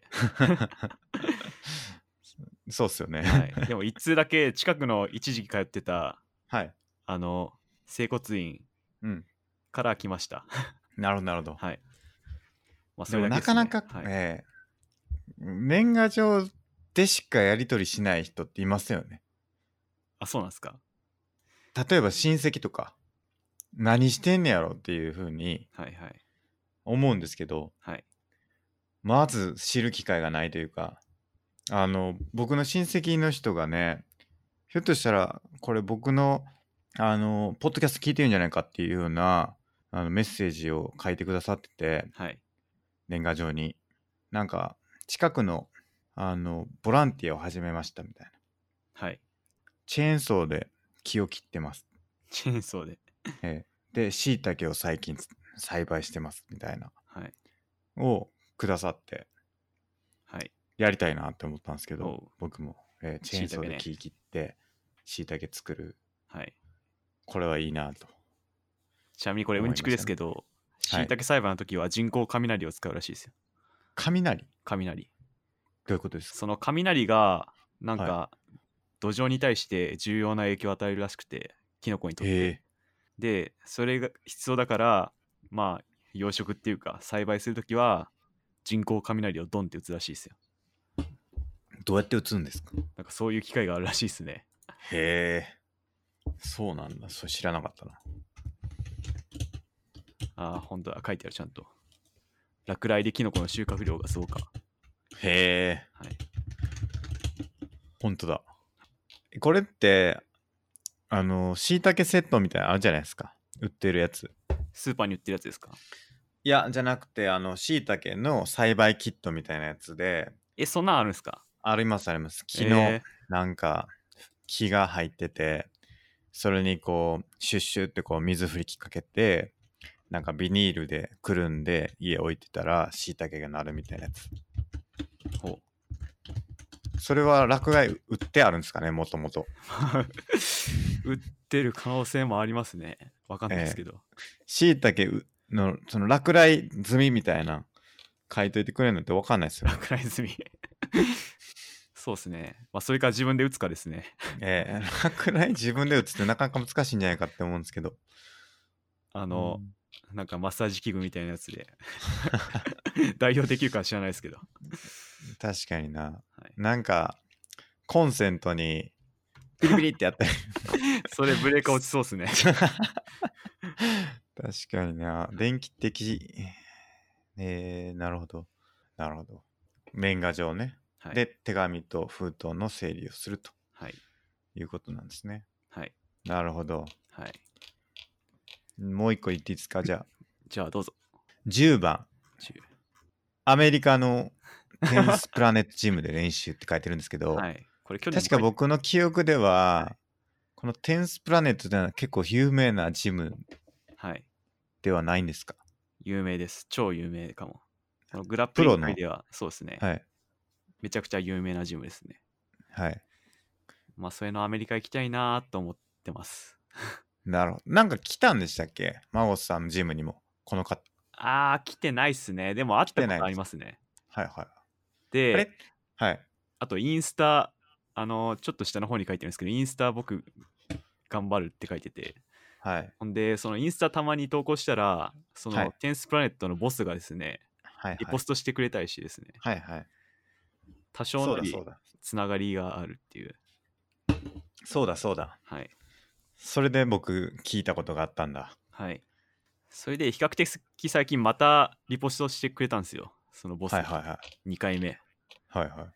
そうっすよね。 はい、でも一通だけ近くの一時期通ってた、 はい、 あの整骨院から来ました。 うん、なるほどなるほど。 はい。まあ、 それだけですね。でもなかなか、はい、えー、年賀状でしかやり取りしない人っていますよね。 あ、そうなんですか。 例えば親戚とか何してんねやろっていう風に思うんですけど、はいはい、まず知る機会がないというか、あの僕の親戚の人がね、ひょっとしたらこれ僕のあの、ポッドキャスト聞いてるんじゃないかっていうようなあのメッセージを書いてくださってて、 はい。 年賀状に。なんか、近くの、あの、ボランティアを始めましたみたいな。 はい。 チェーンソーで木を切ってます。 チェーンソーで。 えーで、椎茸を最近栽培してますみたいな。 はい。 をくださって、 はい。 やりたいなって思ったんですけど、 おう僕も、えーチェーンソーで木切って、椎茸作る。 はい。 これはいいなと。 ちなみにこれうんちくですけど、椎茸栽培の時は人工雷を使うらしいですよ。 雷？ 雷。 どういうことですか？ その雷がなんはか土壌に対して重要な影響を与えるらしくて、キノコにとっへて。 え。 で、それが必要だから、まあ養殖っていうか栽培するときは人工雷をドンって打つらしいですよ。 どうやって打つんですか？ なんかそういう機械があるらしいですね。 へえ。そうなんだ。それ知らなかったな。 ああ、本当だ。書いてある、ちゃんと。落雷でキノコの収穫量が増加。 へえ。 はい。 本当だ。これって、あの、椎茸セットみたいなのあるじゃないですか。売ってるやつ。 スーパーに売ってるやつですか？ いや、じゃなくて、あの、椎茸の栽培キットみたいなやつで、 え、そんなんあるんですか？ ありますあります。木の、 えなんか、木が入ってて、それにこう、シュッシュってこう、水吹きかけて、なんかビニールでくるんで家置いてたら椎茸がなるみたいなやつ。 ー、ほそれは落雷売ってあるんですかね、もともと。 う。売ってる可能性もありますね。わかんないですけど。 椎茸のその落雷済みみたいな書いといてくれるのってわかんないですよね。 落雷済み。そうですね。まあ、それから自分で打つかですね。 えー、落雷自分で打つってなかなか難しいんじゃないかって思うんですけど。 あの、 うんなんかマッサージ器具みたいなやつで代用できるかは知らないですけど。 確かにな。 はい、 なんか、コンセントにビリビリってやってる。 それブレーカー落ちそうですね。 確かにな。電気的。えー、なるほど。なるほど。年賀状ね。 はい、 で、手紙と封筒の整理をするとはい、 いうことなんですね。 はい、 なるほど。 はい。 もう一個言っていいですか？じゃあ。 じゃあどうぞ。 じゅうばん。アメリカのテニスプラネットジムで練習って書いてるんですけど、 はい。これ去年確か僕の記憶では、はい、このテニスプラネットでは結構有名なジムではないんですか？ 有名です。超有名かも。このグラップリング界ではそうですね。 はい。 めちゃくちゃ有名なジムですね。 はい。 まあ、それのアメリカ行きたいなと思ってます。 なるほど。なんか来たんでしたっけ？マゴスさんのジムにも。この方。 あー、来てないっすね。でも会ったことありますね。 はいはい。 で、 あれはい。 あとインスタ、あの、ちょっと下の方に書いてるんですけど、インスタ僕頑張るって書いてて、 はい。 ほんで、そのインスタたまに投稿したら、その、 はい、 テンスプラネットのボスがですね、 はいはい、 リポストしてくれたりしてですね、 はいはい。 多少なりつながりがあるっていう。 そうだそうだ。 はい。 それで僕聞いたことがあったんだ。 はい。それで比較的最近またリポストしてくれたんですよ。そのボスが。 はいはいはい。 にかいめ。 はいはい。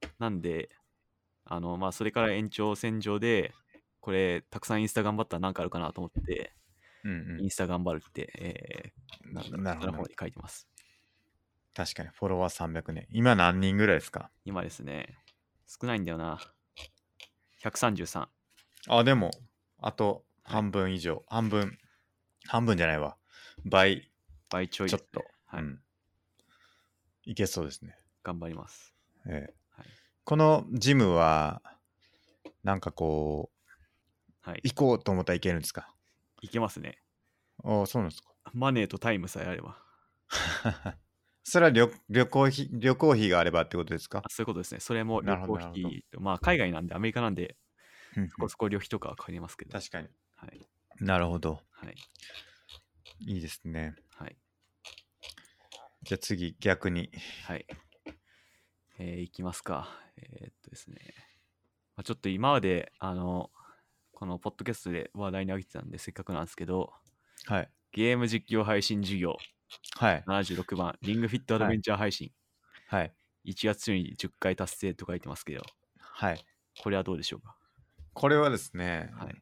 なんで、あの、まあ、それから延長線上で、これ、たくさんインスタ頑張ったら何かあるかなと思って、 うんうん、 インスタ頑張るって、えー、なんだろう、下の方に書いてます。 確かに、フォロワーさんびゃくねん。今何人ぐらいですか？ 今ですね、少ないんだよな。ひゃくさんじゅうさん。 あ、でも、あと半分以上。はい、半分、半分じゃないわ。倍。 倍ちょい、 ちょっと。 はい、うん。 いけそうですね。 頑張ります。 ええはい、このジムは、なんかこう、はい、行こうと思ったらいけるんですか？ 行けますね。 ああ、そうなんですか。 マネーとタイムさえあれば。 それは 旅, 旅行費旅行費があればってことですか？ あ、そういうことですね。それも旅行費、まあ海外なんで、アメリカなんで、そこそこ旅費とかはかかりますけど。 確かに。 はい。 なるほど。 はい。 いいですね。 はい。 じゃあ次、逆に。 はい。えー、いきますか。えー、っとですね。まあ、ちょっと今まで、あの、このポッドキャストで話題に上げてたんで、せっかくなんですけど、 はい。 ゲーム実況配信事業。 はい。 ななじゅうろくばん、リングフィットアドベンチャー配信。 はい。 いちがつ中にじゅっかい達成と書いてますけど、 はい。 これはどうでしょうか？ これはですね、 はい、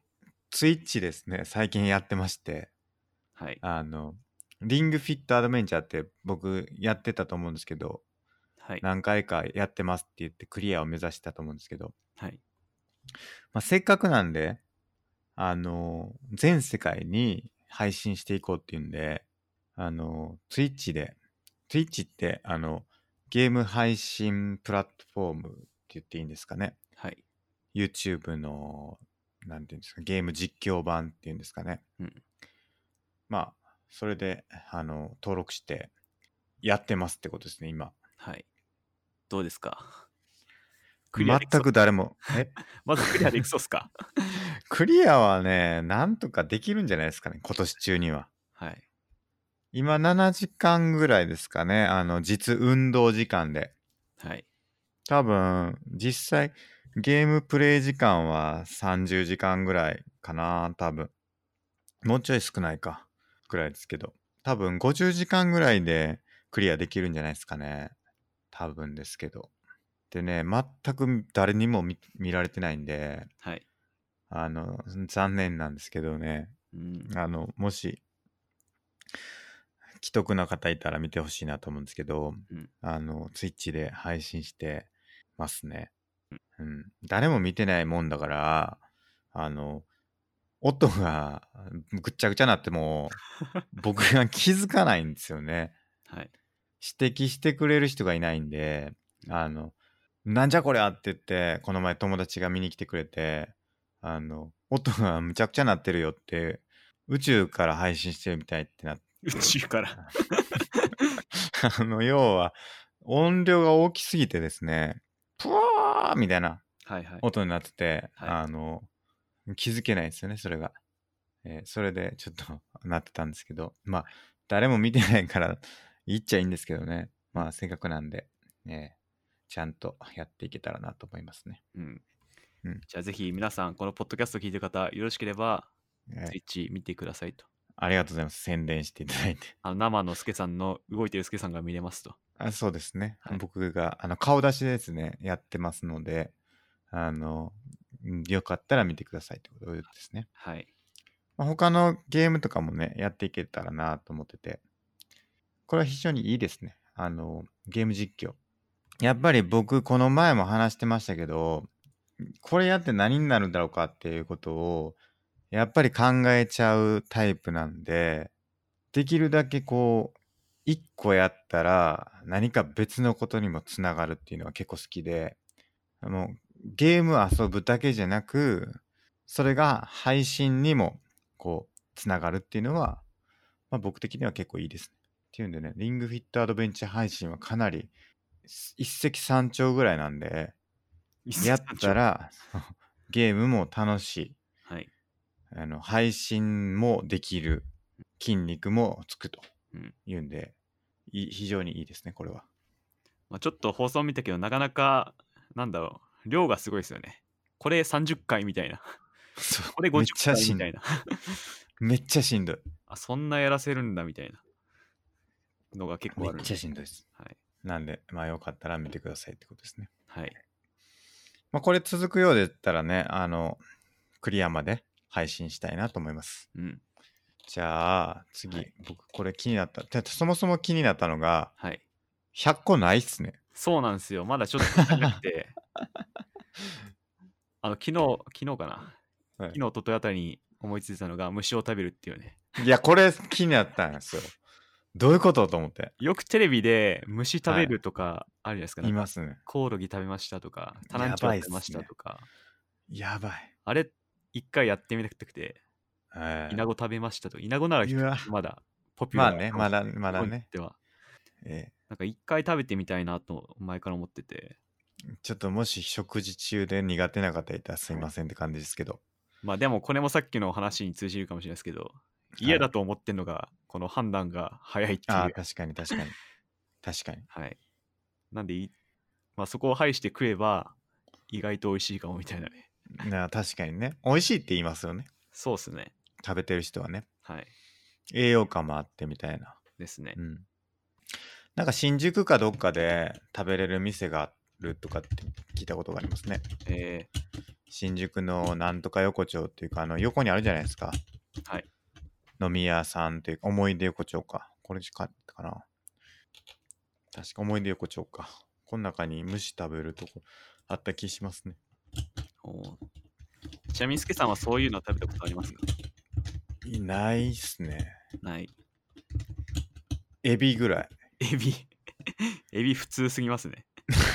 ツイッチですね、最近やってまして、 はい。 あの、リングフィットアドベンチャーって僕やってたと思うんですけど、 はい。 何回かやってますって言ってクリアを目指したと思うんですけど、 はい。 まあ、せっかくなんで、あの、全世界に配信していこうっていうんで、あの、ツイッチで、ツイッチって、あの、ゲーム配信プラットフォームって言っていいんですかね。 はい。 YouTube の、なんていうんですか、ゲーム実況版っていうんですかね。 うん。 まあ、それで、あの、登録してやってますってことですね、今。 はい。どうですか？クリアできそ全う。 く誰も、えまずクリアできそうっすか？ クリアはね、なんとかできるんじゃないですかね、今年中には。 はい。 今ななじかんぐらいですかね、あの、実運動時間で。 はい。 多分、実際、ゲームプレイ時間はさんじゅうじかんぐらいかな、多分。もうちょい少ないか、ぐらいですけど。多分、ごじゅうじかんぐらいでクリアできるんじゃないですかね。多分ですけど。でね、全く誰にも 見, 見られてないんで、 はい。 あの、残念なんですけどね。 うん。 あの、もし、既得な方いたら見てほしいなと思うんですけど、 うん。 あの、ツイッチで配信してますね。 うんうん。誰も見てないもんだから、あの、音がぐっちゃぐちゃなっても、僕が気づかないんですよね。 はい。 指摘してくれる人がいないんで、 うんあの、なんじゃこりゃって言って、この前友達が見に来てくれて、あの、音がむちゃくちゃなってるよって、宇宙から配信してるみたいってなって、 宇宙からあの、要は、音量が大きすぎてですね、プワーみたいなはいはい。 音になってて、 はいあの、気づけないんですよね、それが。えーそれでちょっとなってたんですけど、まあ、誰も見てないから言っちゃいいんですけどね。まあ、せっかくなんで、えーちゃんとやっていけたらなと思いますね。 うん。 うん。 じゃあぜひ皆さん、このポッドキャスト聞いてる方、よろしければ、 えーツイッチ見てくださいと。 ありがとうございます。宣伝していただいて。 あの生のスケさんの動いてるスケさんが見れますと。 あ、そうですね。 はい僕があの顔出しでですね、やってますので、あの、うんよかったら見てくださいってことですね。 はい。 まあ、他のゲームとかもね、やっていけたらなと思ってて、これは非常にいいですね。あの、ゲーム実況。やっぱり僕、この前も話してましたけど、これやって何になるんだろうかっていうことを、やっぱり考えちゃうタイプなんで、できるだけこう、一個やったら何か別のことにもつながるっていうのは結構好きで、あの、ゲーム遊ぶだけじゃなく、それが配信にもこう、つながるっていうのは、まあ僕的には結構いいですね。っていうんでね、リングフィットアドベンチャー配信はかなり一石三鳥ぐらいなんで、やったらゲームも楽しい、 はい。 あの配信もできる、筋肉もつくとうん。 いうんで、い非常にいいですね、これは。 まあ、ちょっと放送見たけど、なかなか、なんだろう、量がすごいですよね。これさんじゅっかいみたいな。 そうこれめっ 50 ちゃしんどい。 回みたいな。 めっちゃしんどい。 あ、そんなやらせるんだみたいなのが結構あるんで。 めっちゃしんどいです。 はい。 なんで、まあよかったら見てくださいってことですね。 はい。 まあこれ続くようでったらね、あの、クリアまで配信したいなと思います。 うん。 じゃあ、次、 はい僕これ気になった。だってそもそも気になったのが、 はい。 ひゃっこないっすね。 そうなんですよ。まだちょっと足りなくて、あの、昨日、昨日かな。 はい昨日、とといあたりに思いついたのが、虫を食べるっていうね。 いや、これ気になったんですよ。どういうことと思って。 よくテレビで虫食べるとかあるじゃないですか。なんかいますね。 コオロギ食べましたとか、タナンやチュラ食べまばいっすね。 したとか。 やばい。 あれ、一回やってみたくて、 えイナゴ食べましたとか、イナゴならうわまだポピュラーまあね、 かもしれないまだ、まだ日本にね。 では。 えなんか一回食べてみたいなと前から思ってて。 ーちょっともし食事中で苦手な方いたらすいませんって感じですけど。 まあでもこれもさっきの話に通じるかもしれないですけど、嫌だと思ってんのが、この判断が早いっていう。 ああ、確かに確かに。確かに。 はい。なんでいい、まあそこを排して食えば、意外と美味しいかもみたいなね。 な確かにね。美味しいって言いますよね。 そうっすね。 食べてる人はね。 はい。 栄養価もあってみたいな。 ですねう。ん。なんか新宿かどっかで食べれる店があるとかって聞いたことがありますね。 え新宿のなんとか横丁っていうか、あの横にあるじゃないですか。 はい。 飲み屋さんっていうか、思い出横丁か。これしかったかな。確か思い出横丁か。この中に虫食べるとこあった気しますね。 おちなみに、すけさんはそういうの食べたことありますか？ いないっすね。 ない。 エビぐらい。 エビ。エビ普通すぎますね。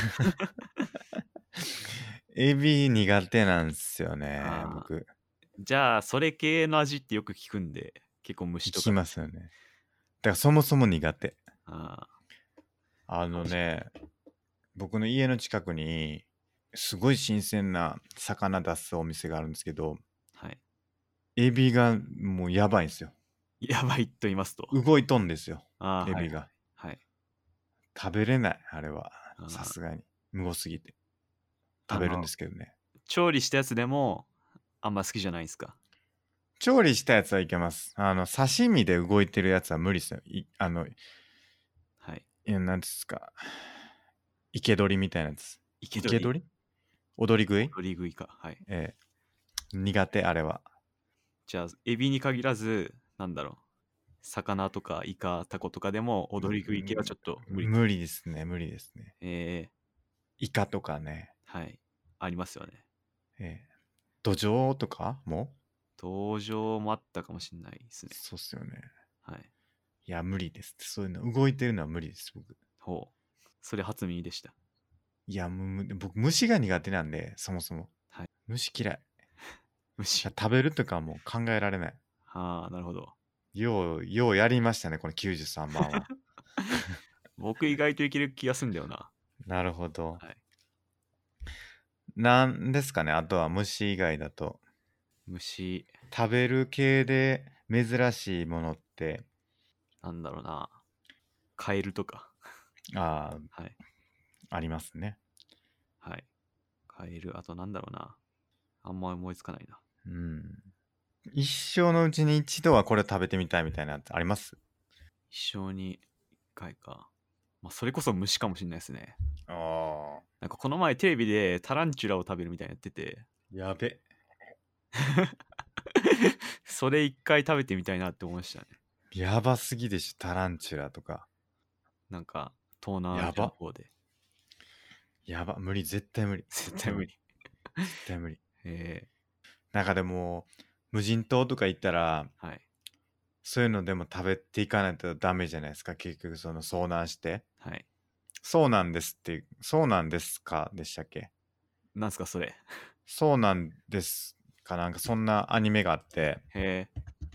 エビ苦手なんですよね、僕。 じゃあ、それ系の味ってよく聞くんで、結構虫とか。 聞きますよね。だからそもそも苦手。 ああのね、僕の家の近くに、すごい新鮮な魚出すお店があるんですけど、 はい。 エビがもうやばいんですよ。 やばいと言いますと。 動いとんですよ、 あエビが。 はい。はい。 食べれない、あれは。 あーさすがに。無ごすぎて。食べるんですけどね。 調理したやつでも、あんま好きじゃないですか。 調理したやつはいけます。あの、刺身で動いてるやつは無理ですよ。いあの、 はい。 いや、なんですか。生け捕りみたいなやつ。 生け捕りり踊り食い踊り食いか。はい。 ええ苦手、あれは。 じゃあ、エビに限らず、なんだろう。魚とかイカ、タコとかでも踊り食い系はちょっと無理。 無理ですね、無理ですね。 えイカとかね。 ー、はい。ありますよね。 ええ土壌とかも登場もあったかもしれないですね。 そうっすよね。 はい。 いや、無理です。そういうの、動いてるのは無理です、僕。 ほう。それ初耳でした。 いや、むむ僕、虫が苦手なんで、そもそも。 はい。 虫嫌い。 虫。 食べるとかも考えられない。 ああ、なるほど。 よう、ようやりましたね、このきゅうじゅうさんばんは。 僕意外といける気がすんだよな。 なるほど。 はい。 なんですかね、あとは虫以外だと。 虫、 食べる系で珍しいものって、 なんだろうな。カエルとか。 あはい。 あ、ありますね。 はい。カエル、あとなんだろうな。あんま思いつかないな。 うん。一生のうちに一度はこれ食べてみたいみたいなやつあります？ 一生に一回か。まあ、それこそ虫かもしれないですね。 ああ。 なんかこの前テレビでタランチュラを食べるみたいなやってて、 やべ。 それ一回食べてみたいなって思いましたね。 やばすぎでしょ、タランチュラとか。 なんか、東南アやば。 ジアの方で。 やば。無理、絶対無理。 絶対無理。 絶対無理。 えなんかでも、無人島とか行ったら、 ー、はい。 そういうのでも食べていかないとダメじゃないですか。結局その遭難して。 はい。 そうなんですって、そうなんですかでしたっけ？ なんすか、それ。 そうなんですかなんかそんなアニメがあって、 へえ。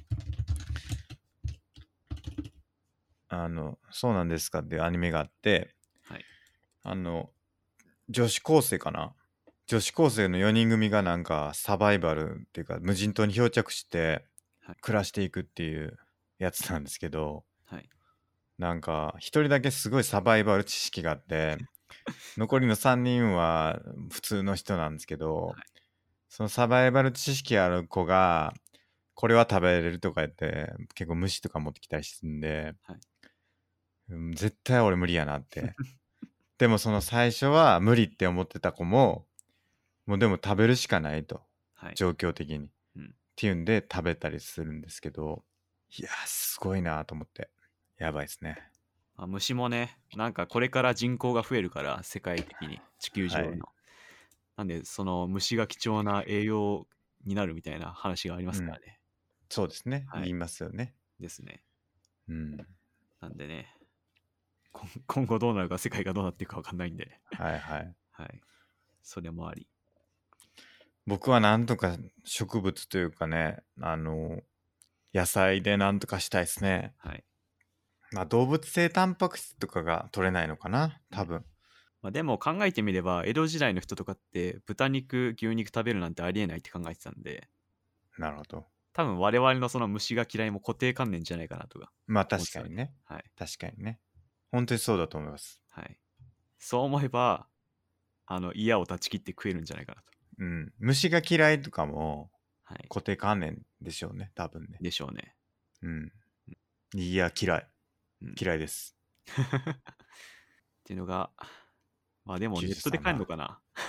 あの、そうなんですかっていうアニメがあって、 はい。 あの、女子高生かな女子高生のよにん組がなんかサバイバルっていうか無人島に漂着してはい暮らしていくっていうやつなんですけど、 はい。 なんか一人だけすごいサバイバル知識があって残りのさんにんは普通の人なんですけど、 はいそのサバイバル知識ある子がこれは食べれるとか言って結構虫とか持ってきたりするんで、 はいうん絶対俺無理やなってでもその最初は無理って思ってた子ももうでも食べるしかないと、 はい。 状況的に、 うんっていうんで食べたりするんですけど、いやーすごいなと思ってやばいですね。 まあ、虫もね、なんかこれから人口が増えるから、世界的に、地球上の。 はい、 なんで、その虫が貴重な栄養になるみたいな話がありまうんすからね。 そうですね、 はい。 言いますよね。 ですね。 うんなんでね、こん今後どうなるか、世界がどうなっていくか分かんないんでね。 はいはい。 はい。それもあり。 僕はなんとか植物というかね、あの野菜でなんとかしたいですね。 はい。 まあ動物性タンパク質とかが取れないのかな多分。 まあ、でも考えてみれば、江戸時代の人とかって豚肉、牛肉食べるなんてありえないって考えてたんで、 なるほど。 多分我々のその虫が嫌いも固定観念じゃないかなとかまあ思ってたんで。 確かにね。 はい。 確かにね。本当にそうだと思います。 はい。そう思えば、あの、嫌を断ち切って食えるんじゃないかなと。 うん。虫が嫌いとかもはい。 固定観念でしょうね。多分ね。 でしょうね。 うん。いや、嫌い。 うん、 嫌いです。 っていうのが、まあでもネットで買えるのかな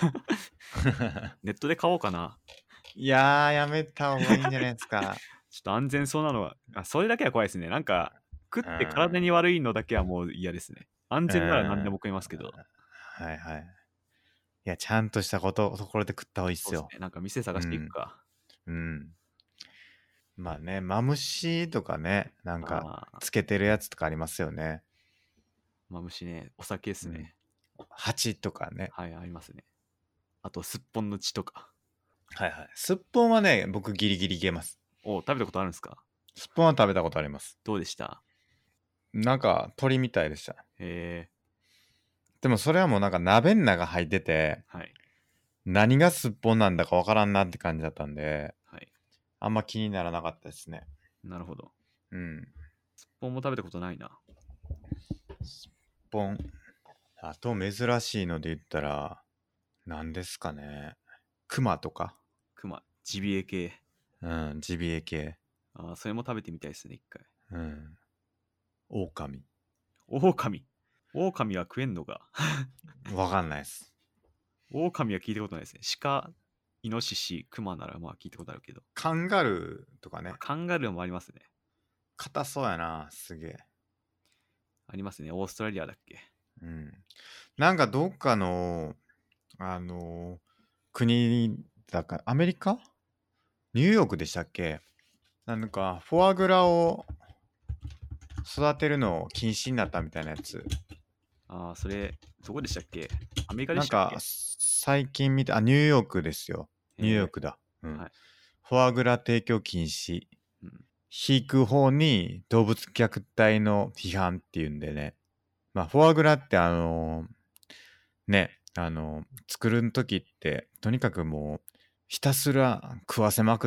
ネットで買おうかな。 いやー、やめた方がいいんじゃないですか。 ちょっと安全そうなのは、あ、それだけは怖いですね。なんか、食って体に悪いのだけはもう嫌ですね。安全なら何でも食いますけど。 はいはい。いや、ちゃんとしたことところで食った方がいいっすよ。 そうですね。なんか店探していくか。 うん。うんまあね、マムシとかね、なんか、 ああ、 つけてるやつとかありますよね。 マムシね。お酒ですね。 蜂とかね。 はい、ありますね。あと、すっぽんの血とか。 はいはい。すっぽんはね、僕ギリギリいけます。 お、食べたことあるんですか？ すっぽんは食べたことあります。 どうでした？ なんか、鳥みたいでした。 へえ、 でもそれはもうなんか鍋ん中入ってて、 はい、 何がすっぽんなんだかわからんなって感じだったんで、 はい。 あんま気にならなかったですね。 なるほど。 うん。 すっぽんも食べたことないな。 すっぽん。あと珍しいので言ったら、何ですかね。クマとか。 クマ、ジビエ系。 うん、ジビエ系。 ああ、それも食べてみたいですね、一回。 うん。オオカミ。 オオカミ。オオカミは食えんのか。 わかんないです。 オオカミは聞いたことないですね。鹿、イノシシ、クマならまあ聞いたことあるけど。 カンガルーとかね。 カンガルーもありますね。 硬そうやな、すげえ。 ありますね。オーストラリアだっけ。 うん。なんかどっかの、あのー国だか、アメリカニューヨークでしたっけなんか、フォアグラを育てるの禁止になったみたいなやつ。 ああ、それ、どこでしたっけ？アメリカでなんか、 したっけ？ 最近見て、あ、ニューヨークですよ。ニューヨークだ。うん。 はい。 フォアグラ提供禁止。 うん、 引く方に動物虐待の批判っていうんでね。まあ、フォアグラってあのね、あの作る時って、とにかくもう、ひたすら食わせまくって、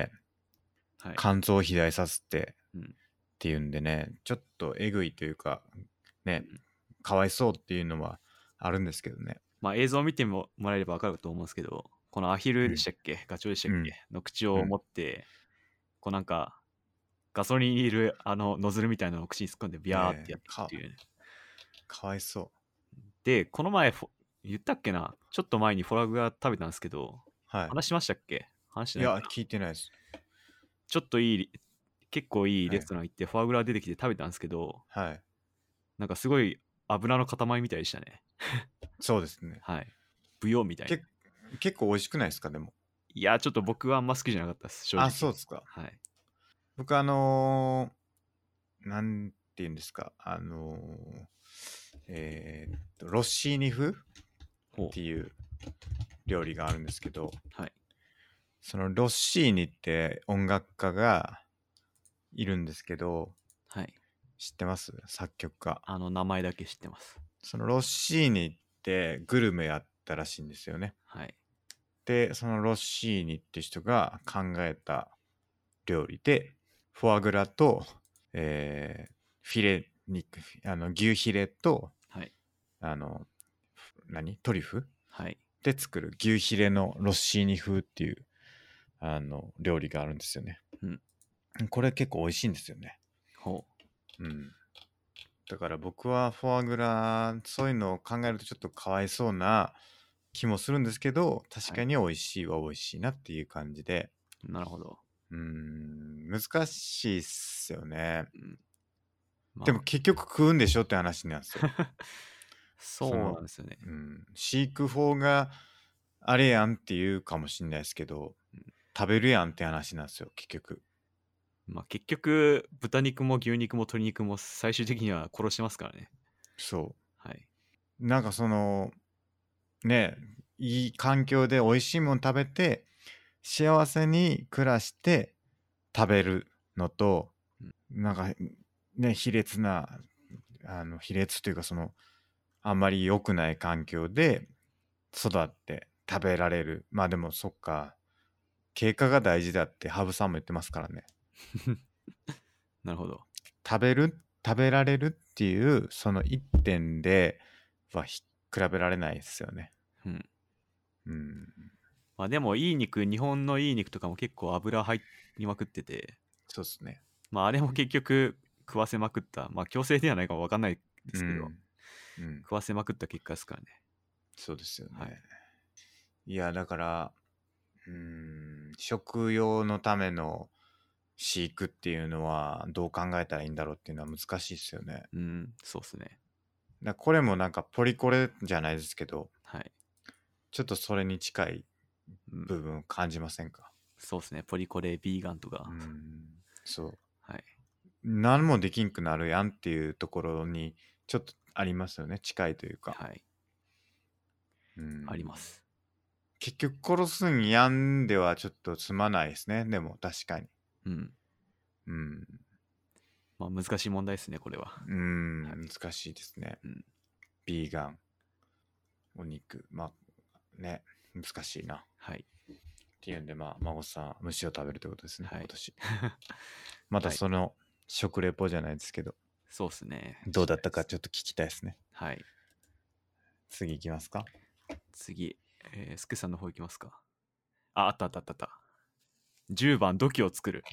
はい。 肝臓を肥大させてうん、 っていうんでね、ちょっとえぐいというか、ね、 うんかわいそうっていうのはあるんですけどね。 まあ映像を見てももらえれば分かると思うんですけど、このアヒルでしたっけ、ガチョウでしたっけ、 うんの口を持って、こうなんか、ガソリンにいるあのノズルみたいなのを口に突っ込んでビャーってやっていくっていう、ねか、かわいそで、この前フォ、言ったっけな、ちょっと前にフォラグラ食べたんですけど、 う。は話しましたっけ？話しい。 てないかな。 いや、聞いてないです。 ちょっといい、結構いいはい。 レストラン行ってフォアグラ出てきて食べたんですけど、 はい。 なんかすごい油の塊みたいでしたね。 そうですね。 はい。ブヨみたいな。 け結構美味しくないですか、でも。 いや、ちょっと僕はあんま好きじゃなかったです、正直。 あ、そうですか。 はい。 僕あのー、なんて言うんですか、あのー、えーっと、ロッシーニ風っほていう料理があるんですけど、 う。はい。 そのロッシーニって音楽家がいるんですけど、 はい。 知ってます？作曲家。 あの名前だけ知ってます。 そのロッシーニってグルメやったらしいんですよね。 はい。 で、そのロッシーニって人が考えた料理で、フォアグラと、えーフィレ肉、あの牛ヒレと、 はい。 あの、何トリュフはい。 で作る牛ヒレのロッシーニ風っていう、あの、料理があるんですよね。 うん。 これ結構美味しいんですよね。 ほうん。だから僕はフォアグラ、そういうのを考えるとちょっとかわいそうな気もするんですけど、確かに美味しいは美味しいなっていう感じで、 う。なるほど。 うーん、難しいっすよね。 うん。まあ、 でも結局食うんでしょって話なんですよ。 そうなその、 んですよね。 うん、飼育法があれやんって言うかもしんないですけど、 うん食べるやんって話なんですよ、結局。 まあ結局、豚肉も牛肉も鶏肉も最終的には殺してますからね。 そはい。 う。なんかその、ね、いい環境で美味しいもの食べて、幸せに暮らして食べるのと、なんかね、卑劣な、あの、卑劣というかその、あんまり良くない環境で育って食べられる。まあでもそっか、経過が大事だって羽生さんも言ってますからね。 なるほど。 食べる、食べられるっていうその一点ではひ比べられないですよね。 うん。 うん。 まあでもいい肉、日本のいい肉とかも結構油入りまくってて、 そうですね。 まああれも結局食わせまくった、まあ強制ではないかもわかんないですけど、 うん。うん。 食わせまくった結果ですからね。 そうですよね。 はいいや、だから、うーん、食用のための飼育っていうのはどう考えたらいいんだろうっていうのは難しいですよね。 うん、そうっすね。 だこれもなんかポリコレじゃないですけど、 はい。 ちょっとそれに近いうん、 部分を感じませんか？ そうっすね。ポリコレ、ビーガンとうか。 ん、そう。 はい。 何もできんくなるやんっていうところにちょっとありますよね。近いというか。 はい。 うん、 あります。 結局殺すんやんではちょっと済まないですね。でも確かに。 うん。 うん。 まあ難しい問題ですね、これは。 うん、 はい。 難しいですね。 うん。 ビーガン、お肉。まあね、難しいな。っはい。 ていうんで、まあ、孫さん、虫を食べるってことですね、 はい。 今年。またはい。 その食レポじゃないですけど、 そうっすね。 どうだったかしたいです。 ちょっと聞きたいですね。 はい。 次行きますか？ 次、えー、スケさんの方行きますか。あ、あったあったあったあった。じゅうばん、土器を作る。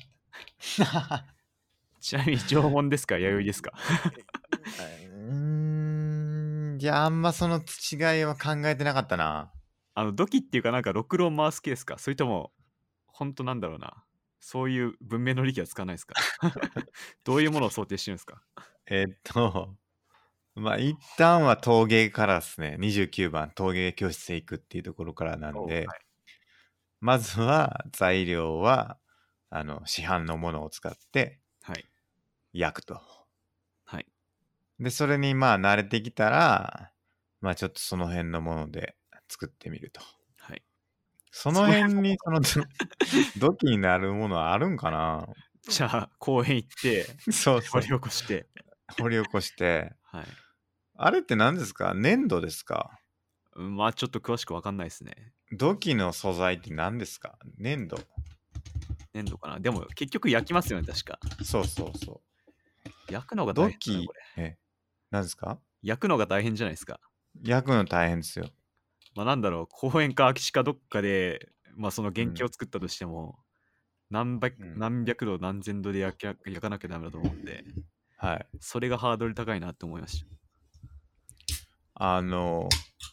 ちなみに縄文ですか、弥生ですか？ うーん、いや、あんまその違いは考えてなかったな。 あの、土器っていうかなんかろくろを回す系ですか、それとも、ほんとなんだろうな。そういう文明の利器は使わないですか？どういうものを想定してるんですか？ えっと、まあ、一旦は陶芸からですね。にじゅうきゅうばん、陶芸教室へ行くっていうところからなんおはで、 い。 まずは材料は、あの、市販のものを使ってはい。 焼くと。 はい。 で、それにまあ慣れてきたら、まあちょっとその辺のもので作ってみると。 はい。 そのその辺辺にその土器になるものはあるんかな？ じゃあ、公園行って、 そうそう。 掘り起こして。 掘り起こして。 はい。 あれって何ですか？粘土ですか？ うん、まあちょっと詳しくわかんないですね。 土器の素材って何ですか？粘土。 粘土かな。でも結局焼きますよね、確か。 そうそうそう。 焼くのが大変だな、こ土器、 れ。 え、何ですか？ 焼くのが大変じゃないですか。 焼くの大変ですよ。 まあなんだろう、公園か空き地かどっかで、まあその原うん。 型を作ったとしても、何百うん。 何百度何千度で焼き焼かなきゃダメだと思うんで、 はい。 それがハードル高いなって思いました。 あの、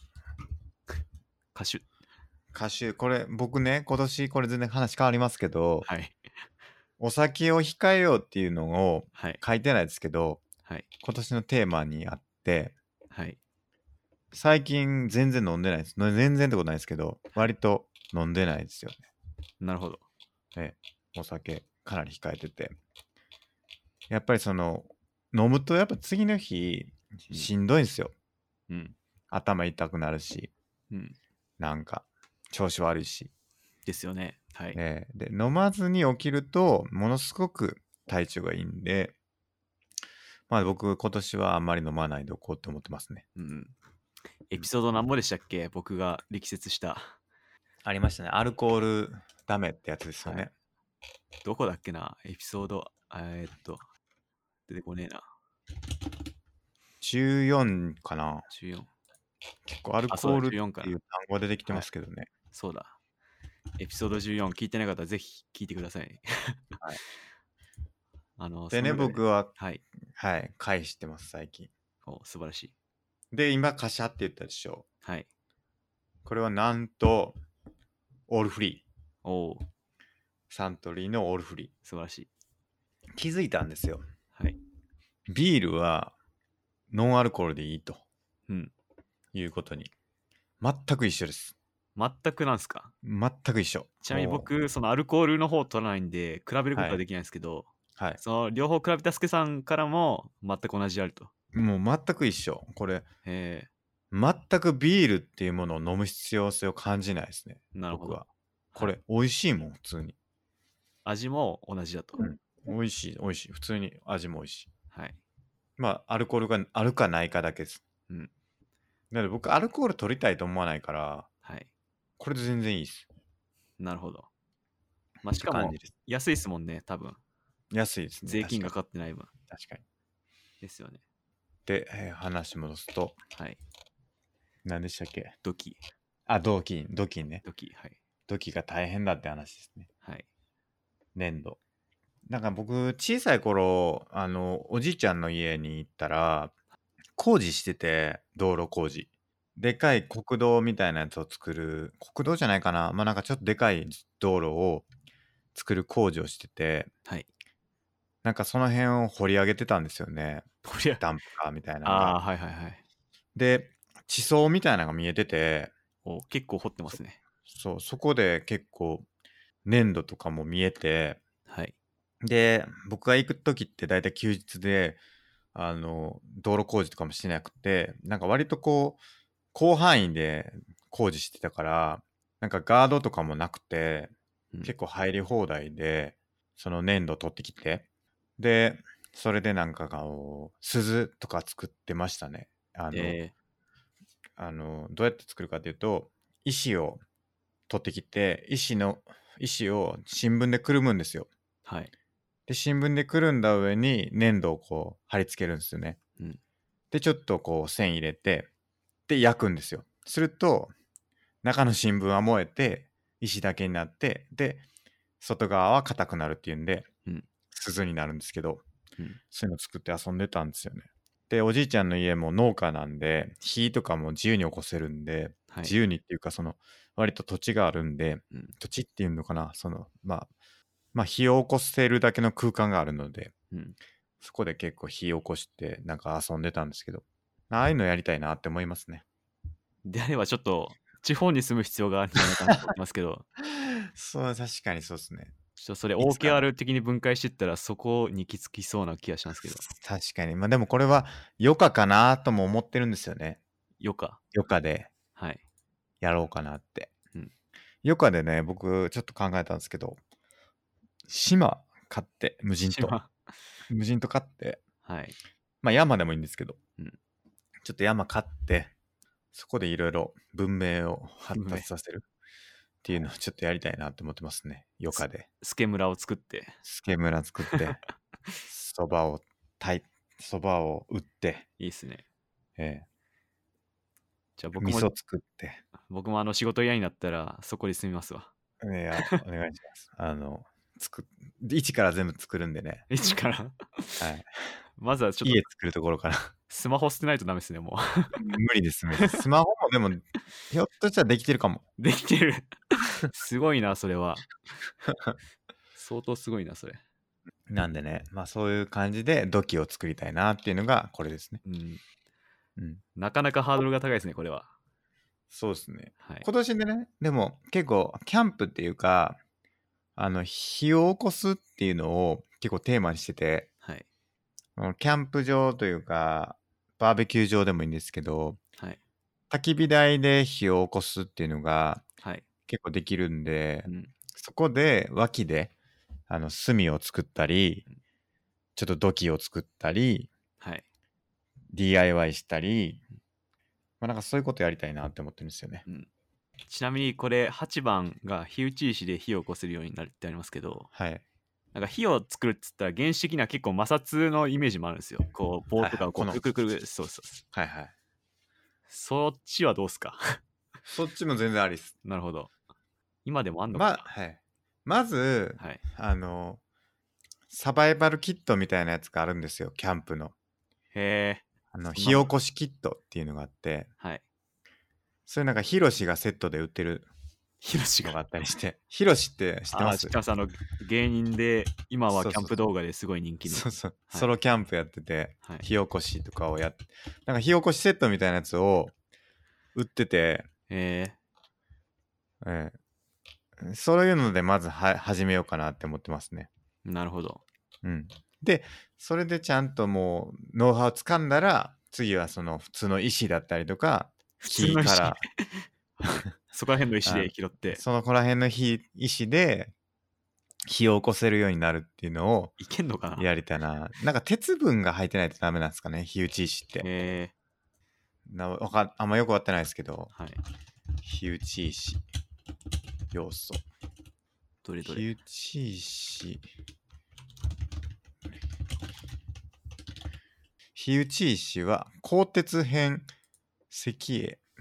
歌手。 歌手、これ、僕ね、今年、これ全然話変わりますけど、 はい。 お酒を控えようっていうのをはい。 書いてないですけど、 はい。 今年のテーマにあって、 はい。 最近全然飲んでないです。全然ってことないですけど、 はい。 割と飲んでないですよなるほど。 ね。お酒かなり控えてて。やっぱりその、飲むとやっぱ次の日、 うん。 しんどいんですよ。 うん。 頭痛くなるし、 うん。 なんか、調子悪いし。 ですよね。はい。 ね、で、飲まずに起きると、ものすごく体調がいいんで、まあ僕、今年はあんまり飲まないでおこうと思ってますね。 うん。エピソード何ぼでしたっけ、僕が力説した。 ありましたね。アルコールダメってやつですよはい。 ね。 どこだっけな、エピソード、えーっと、出てこねえな。 じゅうよんかな。 じゅうよん。 結構アルあ、そうだ、 コールっじゅうよんかな。 ていう単語が出てきてはい。 ますけどね。 そうだ。エピソードじゅうよん、聞いてなかったらぜひ聞いてください。 はい。 あの、 でね、 その中で、 僕は、 はい。 はい、返してます、最近。 お、素晴らしい。 で、今、カシャって言ったでしょ。 はい。 これはなんと、オールフリー。 おお、 サントリーのオールフリ素晴らしい。 ー。気づいたんですよ。 はい。 ビールはノンアルコールでいいとうん。 いうことに。全く一緒です。 全くなんすか。 全く一緒。 ちなみにもう、 僕、そのアルコールの方を取らないんで、比べるこはい。 とはできないんですけど、 はい。 その両方比べたすけさんからも全く同じであると。 もう全く一緒。これ、 へえ、 全くビールっていうものを飲む必要性を感じないですね。 なるほど。 僕は。こはい。 れ、美味しいもん、普通に。 味も同じだと。 うん。美味しい、美味しい。普通に味も美味しい。 はい。 まあ、アルコールがあるかないかだけです。 うん。 なので僕、アルコール取りたいと思わないから、 はい。 これで全然いいです。 なるほど。まあ、 っしかもて感じです。 安いですもんね、多分。 安いですね。 税金が確かに。 かかってない分。 確かに。 ですよね。 で、えー話戻すと、 はい。 何でしたっけ？ 土器。 あ、銅金、土金ね。 土器。はい。 土器が大変だって話ですね。 はい。 粘土。なんか僕、小さい頃、あの、おじいちゃんの家に行ったら、工事してて、道路工事。 でかい国道みたいなやつを作る、国道じゃないかな、まあなんかちょっとでかい道路を作る工事をしてて、 はい。 なんかその辺を掘り上げてたんですよね。 こりゃ、 ダンプカーみたいなのああ、 が。 はいはいはい。 で、地層みたいなのが見えてて、 お結構掘ってまそすね。 そう、そこで結構粘土とかも見えて、 はい。 で、僕が行く時って大体休日で、あの、道路工事とかもしてなくて、なんか割とこう、広範囲で工事してたから、なんかガードとかもなくて、 うん、 結構入り放題で、その粘土取ってきて、で、それでなんかこう、鈴とか作ってましたね。あの、 えあの、どうやって作るかというと、石を取ってきて、石の、石を新聞でくるむんですよ。 ー、はい。 で、新聞でくるんだ上に粘土をこう貼り付けるんですよね。 うん、 で、ちょっとこう線入れて、で、焼くんですよ。すると、中の新聞は燃えて、石だけになって、で、外側は硬くなるっていうんで、 うん、 鈴になるんですけど、 うん。 そういうの作って遊んでたんですよね。で、おじいちゃんの家も農家なんで、火とかも自由に起こせるんで、 はい。 自由にっていうか、その、割と土地があるんで、 うん、 土地っていうのかな、その、まあ、まあ、火を起こせるだけの空間があるので、 うん。 そこで結構火を起こして、なんか遊んでたんですけど、ああいうのやりたいなって思いますね。 であればちょっと、地方に住む必要があるんじゃないかなと思ってますけど、 そう、確かにそうですね。 ちょっとそれいつかな。 オーケーアール 的に分解していったら、そこに行き着きそうな気がしますけど。 確かに。まあでもこれは余暇かなとも思ってるんですよね。 よか。 余暇ではい。 やろうかなって。 うん。 余暇でね、僕ちょっと考えたんですけど、島買って、無人島。 島。 無人島買って、 はい。 まあ山でもいいんですけど、 うん。 ちょっと山買って、そこでいろいろ文明を発達させるっていうのをちょっとやりたいなって思ってますね。余暇で。 スケ村を作って。 スケ村作って、そばを炊い、そばを売って、 いいっすね。 えじゃあ僕も、 ー味噌作って、 僕もあの仕事嫌になったら、そこに住みますわ。 いや、お願いします。あの、作っ、一から全部作るんでね。 一から。 はい。 まずはちょっと家作るところから。 スマホ捨てないとダメですね、も無理です、無理です。スマホもでも、ひょっとしたらできてるかも。 う。できてる。すごいな、それは。相当すごいな、それ。 なんでね、まあそういう感じで土器を作りたいなっていうのがこれですね。 うん。 うん。 なかなかハードルが高いですね、これは。 そうですね。 はい。 今年でね、でも結構キャンプっていうか、あの、火を起こすっていうのを結構テーマにしてて、 はい。 あのキャンプ場というか、バーベキュー場でもいいんですけど、 はい。 焚き火台で火を起こすっていうのがはい。 結構できるんで、 うん。 そこで脇であの炭を作ったり、ちょっと土器を作ったり、 はい。 ディーアイワイ したり、まあなんかそういうことやりたいなって思ってるんですよね。 うん。ちなみにこれはちばんが火打ち石で火を起こせるようになるってありますけど、 はい。 なんか火を作るっつったら原始的には結構摩擦のイメージもあるんですよ。こう棒とかをこうはいはいくるくるくるくる。そうそうそう。 はいはい。 そっちはどうすか？ そっちも全然ありっす。 なるほど。今でもあんのま、 かはい。まず、 な？はい。 あの、サバイバルキットみたいなやつがあるんですよ、キャンプの。 へえ。 あの、 そんなの火起こしキットっていうのがあって、 はい。 それなんかヒロシがセットで売ってるヒロシが。 のがあったりして、ヒロシって知ってまあー、知す？ ってます。あの、芸人で、今はそうそうそうキャンプ動画ですごい人気の。 そうそう、 はいソロキャンプやってて、 はい火起こしとかをやっなんか火起こしセットみたいなやつを売ってて、 へええ、そういうのでまずは始めようかなって思ってますね。 え。なるほど。 うん。で、それでちゃんともうノウハウつかんだら、次はその普通の石だったりとか、 普通の石。 木からはい。そこら辺の石あで拾ってそのこら辺の火石で火を起こせるようになるっていうのをいけんのかな？ やりたいな。なんか鉄分が入ってないとダメなんですかね、火打ち石って。 へえ。 なわかあんまよくわかってないですけど、 はい。 火打ち石要素。 どれどれ。 火打ち石。火打ち石は鋼鉄片石英。うん。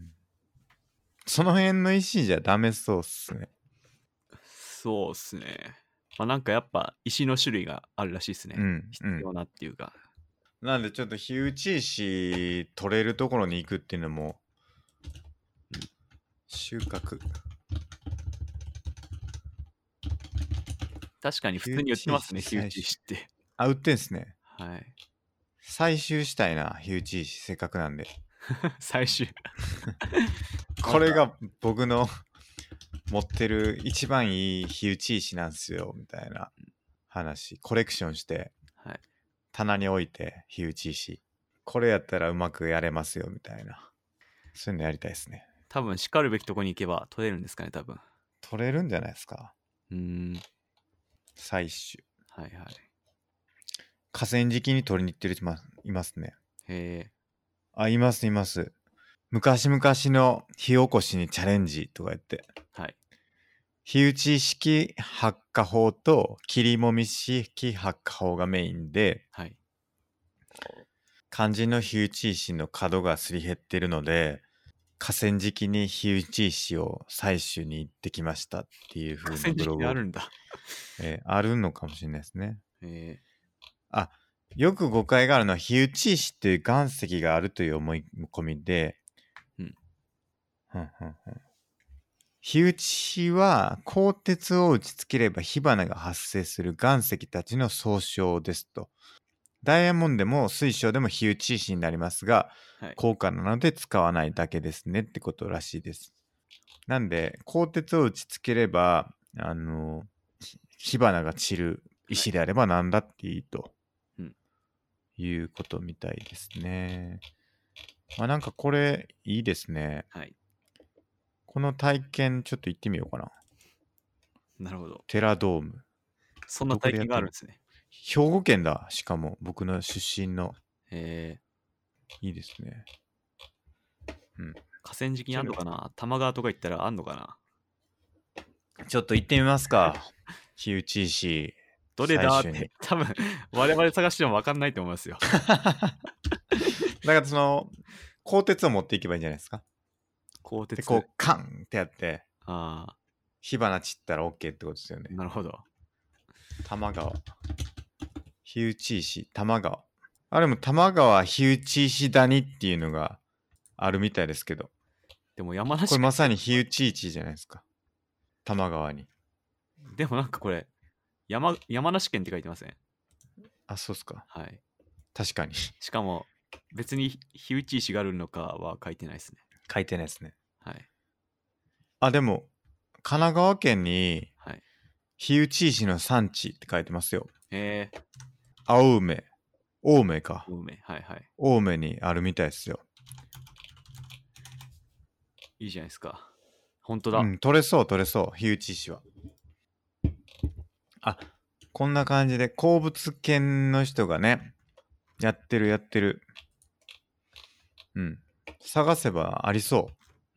その辺の石じゃダメそうっすね。 そうっすね。まあなんかやっぱ石の種類があるらしいっすね。 うん。 必要なっていうか。 なんでちょっと火打ち石取れるところに行くっていうのも収穫。 確かに普通に売ってますね、火打ち石って。 あ、売ってんすね。 はい。 採集したいな、火打ち石、せっかくなんで。 最終。 これが僕の持ってる一番いい火打ち石なんですよ、みたいな話。コレクションして、 はい、 棚に置いて、火打ち石。これやったらうまくやれますよ、みたいな。そういうのやりたいですね。 多分、しかるべきとこに行けば取れるんですかね、多分。 取れるんじゃないですか。 うーん。 採取。 はいはい。 河川敷に取りに行ってる人いますね。 へえ。 あ、いますいます。昔々の火起こしにチャレンジとか言って。 はい。 火打ち式発火法と切りもみ式発火法がメインで、 はい。 肝心の火打ち石の角がすり減ってるので、河川敷に火打ち石を採取に行ってきましたっていう風なブログあるんだ、 えー、あるのかもしれないですね。 へえ。 あ、よく誤解があるのは火打ち石っていう岩石があるという思い込みで、 うん。 ふんふんふん。火打ちは鋼鉄を打ちつければ火花が発生する岩石たちの総称ですと。ダイヤモンドでも水晶でも火打ち石になりますが、 はい、 高価なので使わないだけですねってことらしいです。なんで鋼鉄を打ちつければあの火花が散る石であれば何だっていいと、はい、いうことみたいですね。まあなんかこれいいですね。 はい。 この体験ちょっと行ってみようかな。 なるほど。 テラドーム。 そんな体験があるんですね。 兵庫県だ。しかも僕の出身の。 へえ。 いいですね。うん。 河川敷にあんのかな、多摩川とか行ったらあんのかな。ちょっと行ってみますか。火打ち石。 どれだって多分我々探しても分かんないと思いますよ。 だからその鋼鉄を持っていけばいいんじゃないですか。 鋼鉄でこうカンってやってあ火花散ったら OK ってことですよね。 なるほど。 多摩川火打ち石多摩川あれも多摩川火打ち石谷っていうのがあるみたいですけど、 でも山梨これまさに火打ち石じゃないですか、多摩川に。 でもなんかこれ 山, 山梨県って書いてません？ あ、そうっすか。 はい。 確かに。 しかも別に火打ち石があるのかは書いてないですね。 書いてないですね。 はい。 あ、でも神奈川県にはい火打ち石の産地って書いてますよ。 へえ。 青梅青梅か。 青梅、はいはい。 青梅にあるみたいですよ。 いいじゃないですか。本当だ。 うん、取れそう取れそう、火打ち石は。あ、こんな感じで鉱物研の人がね、やってるやってる。うん。探せばありそう。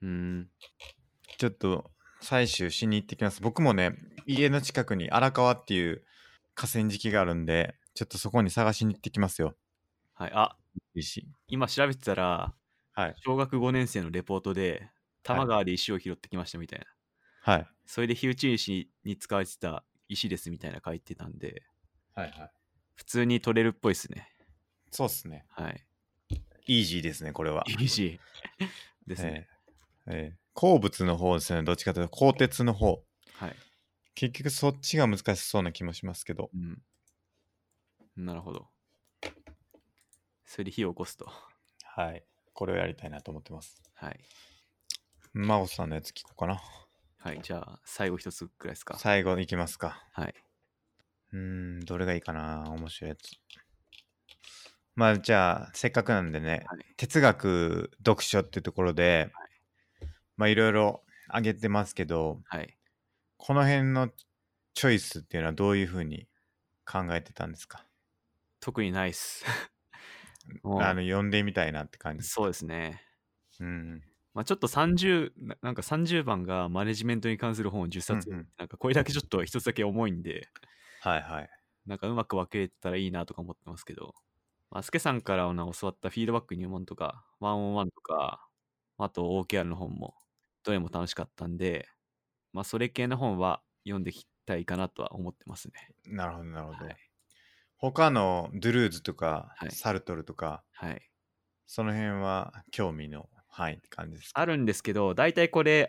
うん。 ちょっと採集しに行ってきます。僕もね、家の近くに荒川っていう河川敷があるんで、ちょっとそこに探しに行ってきますよ。 はい。あ、 石。 今調べてたら、 はい。 小学ごねん生のレポートで、多摩川で石を拾ってきましたみたいな。 はい。 それで火打ち石に使われてた石ですみたいな書いてたんで、 はいはい。 普通に取れるっぽいですね。 そうっすね。 はい。 イージーですね、これは。 イージーですね。 えーえー、鉱物の方ですね。どっちかというと鋼鉄の方。 はい。 結局そっちが難しそうな気もしますけど。 うん。なるほど。それで火を起こすと。 はい。これをやりたいなと思ってます。 はい。 真央さんのやつ聞こうかな。 はい。じゃあ、最後一つくらいですか。 最後いきますか。 はい。 うーん、どれがいいかな。面白いやつ。まあ、じゃあ、せっかくなんでね、 はい、 哲学、読書っていうところで、はい、まあ、いろいろ挙げてますけど、 はい、 この辺のチョイスっていうのはどういうふうに考えてたんですか？ 特にないっす。 あの、読んでみたいなって感じ。 そうですね。 うん。 まあ、ちょっとさんじゅうな、なんかさんじゅうばんがマネジメントに関する本をじゅっさつ、うんうん、なんかこれだけちょっと一つだけ重いんで、 はいはい。 なんかうまく分けれたらいいなとか思ってますけど、まあ、スケさんから教わったフィードバック入門とか、ワンオンワンとか、あと オーケーアール の本も、どれも楽しかったんで、まあ、それ系の本は読んでいきたいかなとは思ってますね。 なるほどなるほど。 はい、 他のドゥルーズとか、 はい、 サルトルとか、 はい、 その辺は興味の範囲って感じですか？ あるんですけど、大体これ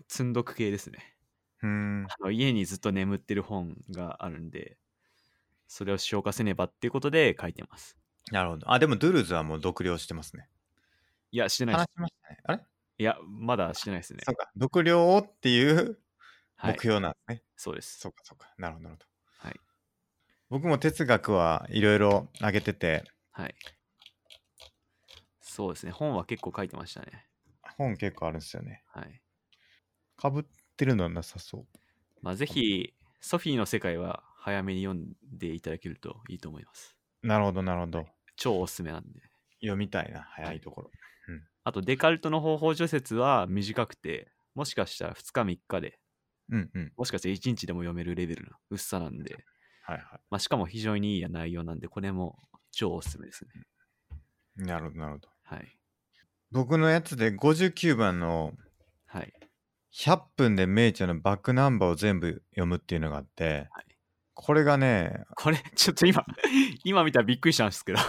積んどく系ですね。 うーん。 あの家にずっと眠ってる本があるんで、それを消化せねばっていうことで書いてます。 なるほど。あ、でもドゥルーズはもう読了してますね。 いや、してないで話す。 しましたね。あれいや、まだしてないですね。 そうか。読了をっていうはい目。標なんですね。 そうです。 そうかそうか。なるほどなるほど。 はい。 僕も哲学はいろいろ上げてて、 はい。そうですね。本は結構書いてましたね。 本結構あるんですよね。 はい。 かぶってるのはなさそう。 まあ、ぜひ、ソフィーの世界は早めに読んでいただけるといいと思います。 なるほどなるほど。 超おすすめなんで。 読みたいな、早いところ。うん。 あと、デカルトの方法除雪は短くて、もしかしたらふつかみっかで、 うんうん。 もしかしたらいちにちでも読めるレベルの薄さなんで、 はいはまあ、しかも非常にいい内容なんで、これも超おすすめですね。 い。なるほどなるほど。 はい。 僕のやつでごじゅうきゅうばんのはい。 ひゃっぷんで名著のバックナンバーを全部読むっていうのがあって、 はい、 これがね、 これ、ちょっと今、今見たらびっくりしたんですけど。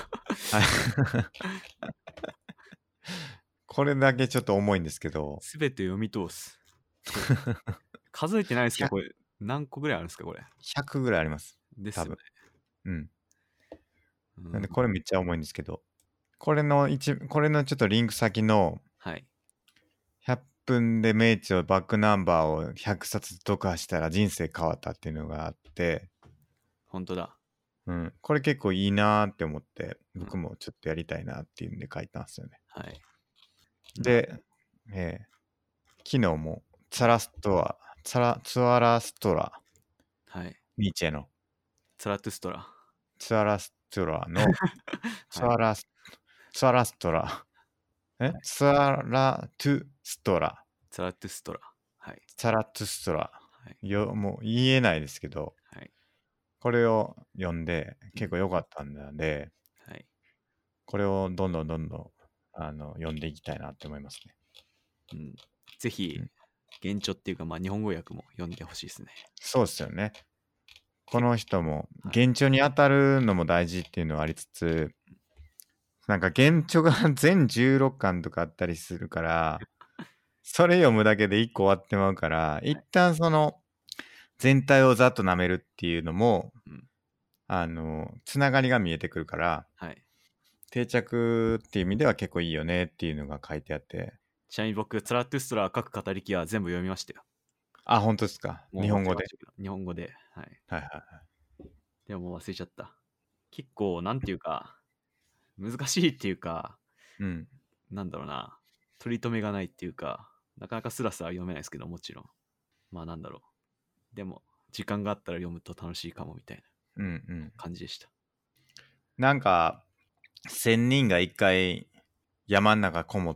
これだけちょっと重いんですけど。 すべて読み通す。数えてないですけど、これ、何個ぐらいあるんですか、これ。 ひゃくぐらいあります。 ですよね。 うん。 うんなんでこれめっちゃ重いんですけど、これの一、これのちょっとリンク先のはい。 ひゃっぷんで名著バックナンバーをひゃくさつ読破したら人生変わったっていうのがあって、 本当だ。 うん、これ結構いいなーって思って、僕もちょっとやりたいなっていうんで書いたんですよね。 はい。 で、えー昨日もツァラストラ、ツァラ、ツアラストラ、 はい。 ニーチェのツラトゥストラ。 ツアラストラの、ツはい。 アラス、ツアラストラ、えツアラトゥストラ、 ツラトゥストラ。はい。 ツァラトゥストラ、 はい。 よ、もう言えないですけど、 はい。 これを読んで結構良かったんで、 はい。 これをどんどんどんどんあの読んでいきたいなって思いますね。 うん。ぜひ、原著っていうか、まあ、日本語訳も読んでほしいですね。 そうですよね。この人もはい原著に当たるのも大事っていうのはありつつ、なんか原著が全じゅうろっかんとかあったりするから、それ読むだけでいっこ終わってまうから、一旦その全体をざっと舐めるっていうのも、 うん。 あの、つながりが見えてくるから、 はい。 定着っていう意味では結構いいよねっていうのが書いてあって。 ちなみに僕、ツラトゥストラ各語りきは全部読みましたよ。 あ、本当ですか。 もう日本語で。 忘れましたけど日本語で。はい。 はいはいはい。 でももう忘れちゃった。結構、なんていうか、難しいっていうか、 うん。 なんだろうな、取り留めがないっていうか、なかなかスラスラ読めないですけど、もちろん。まあなんだろう。でも、時間があったら読むと楽しいかもみたいなうんうん。 感じでした。 なんか、千人が一回山の中こもって、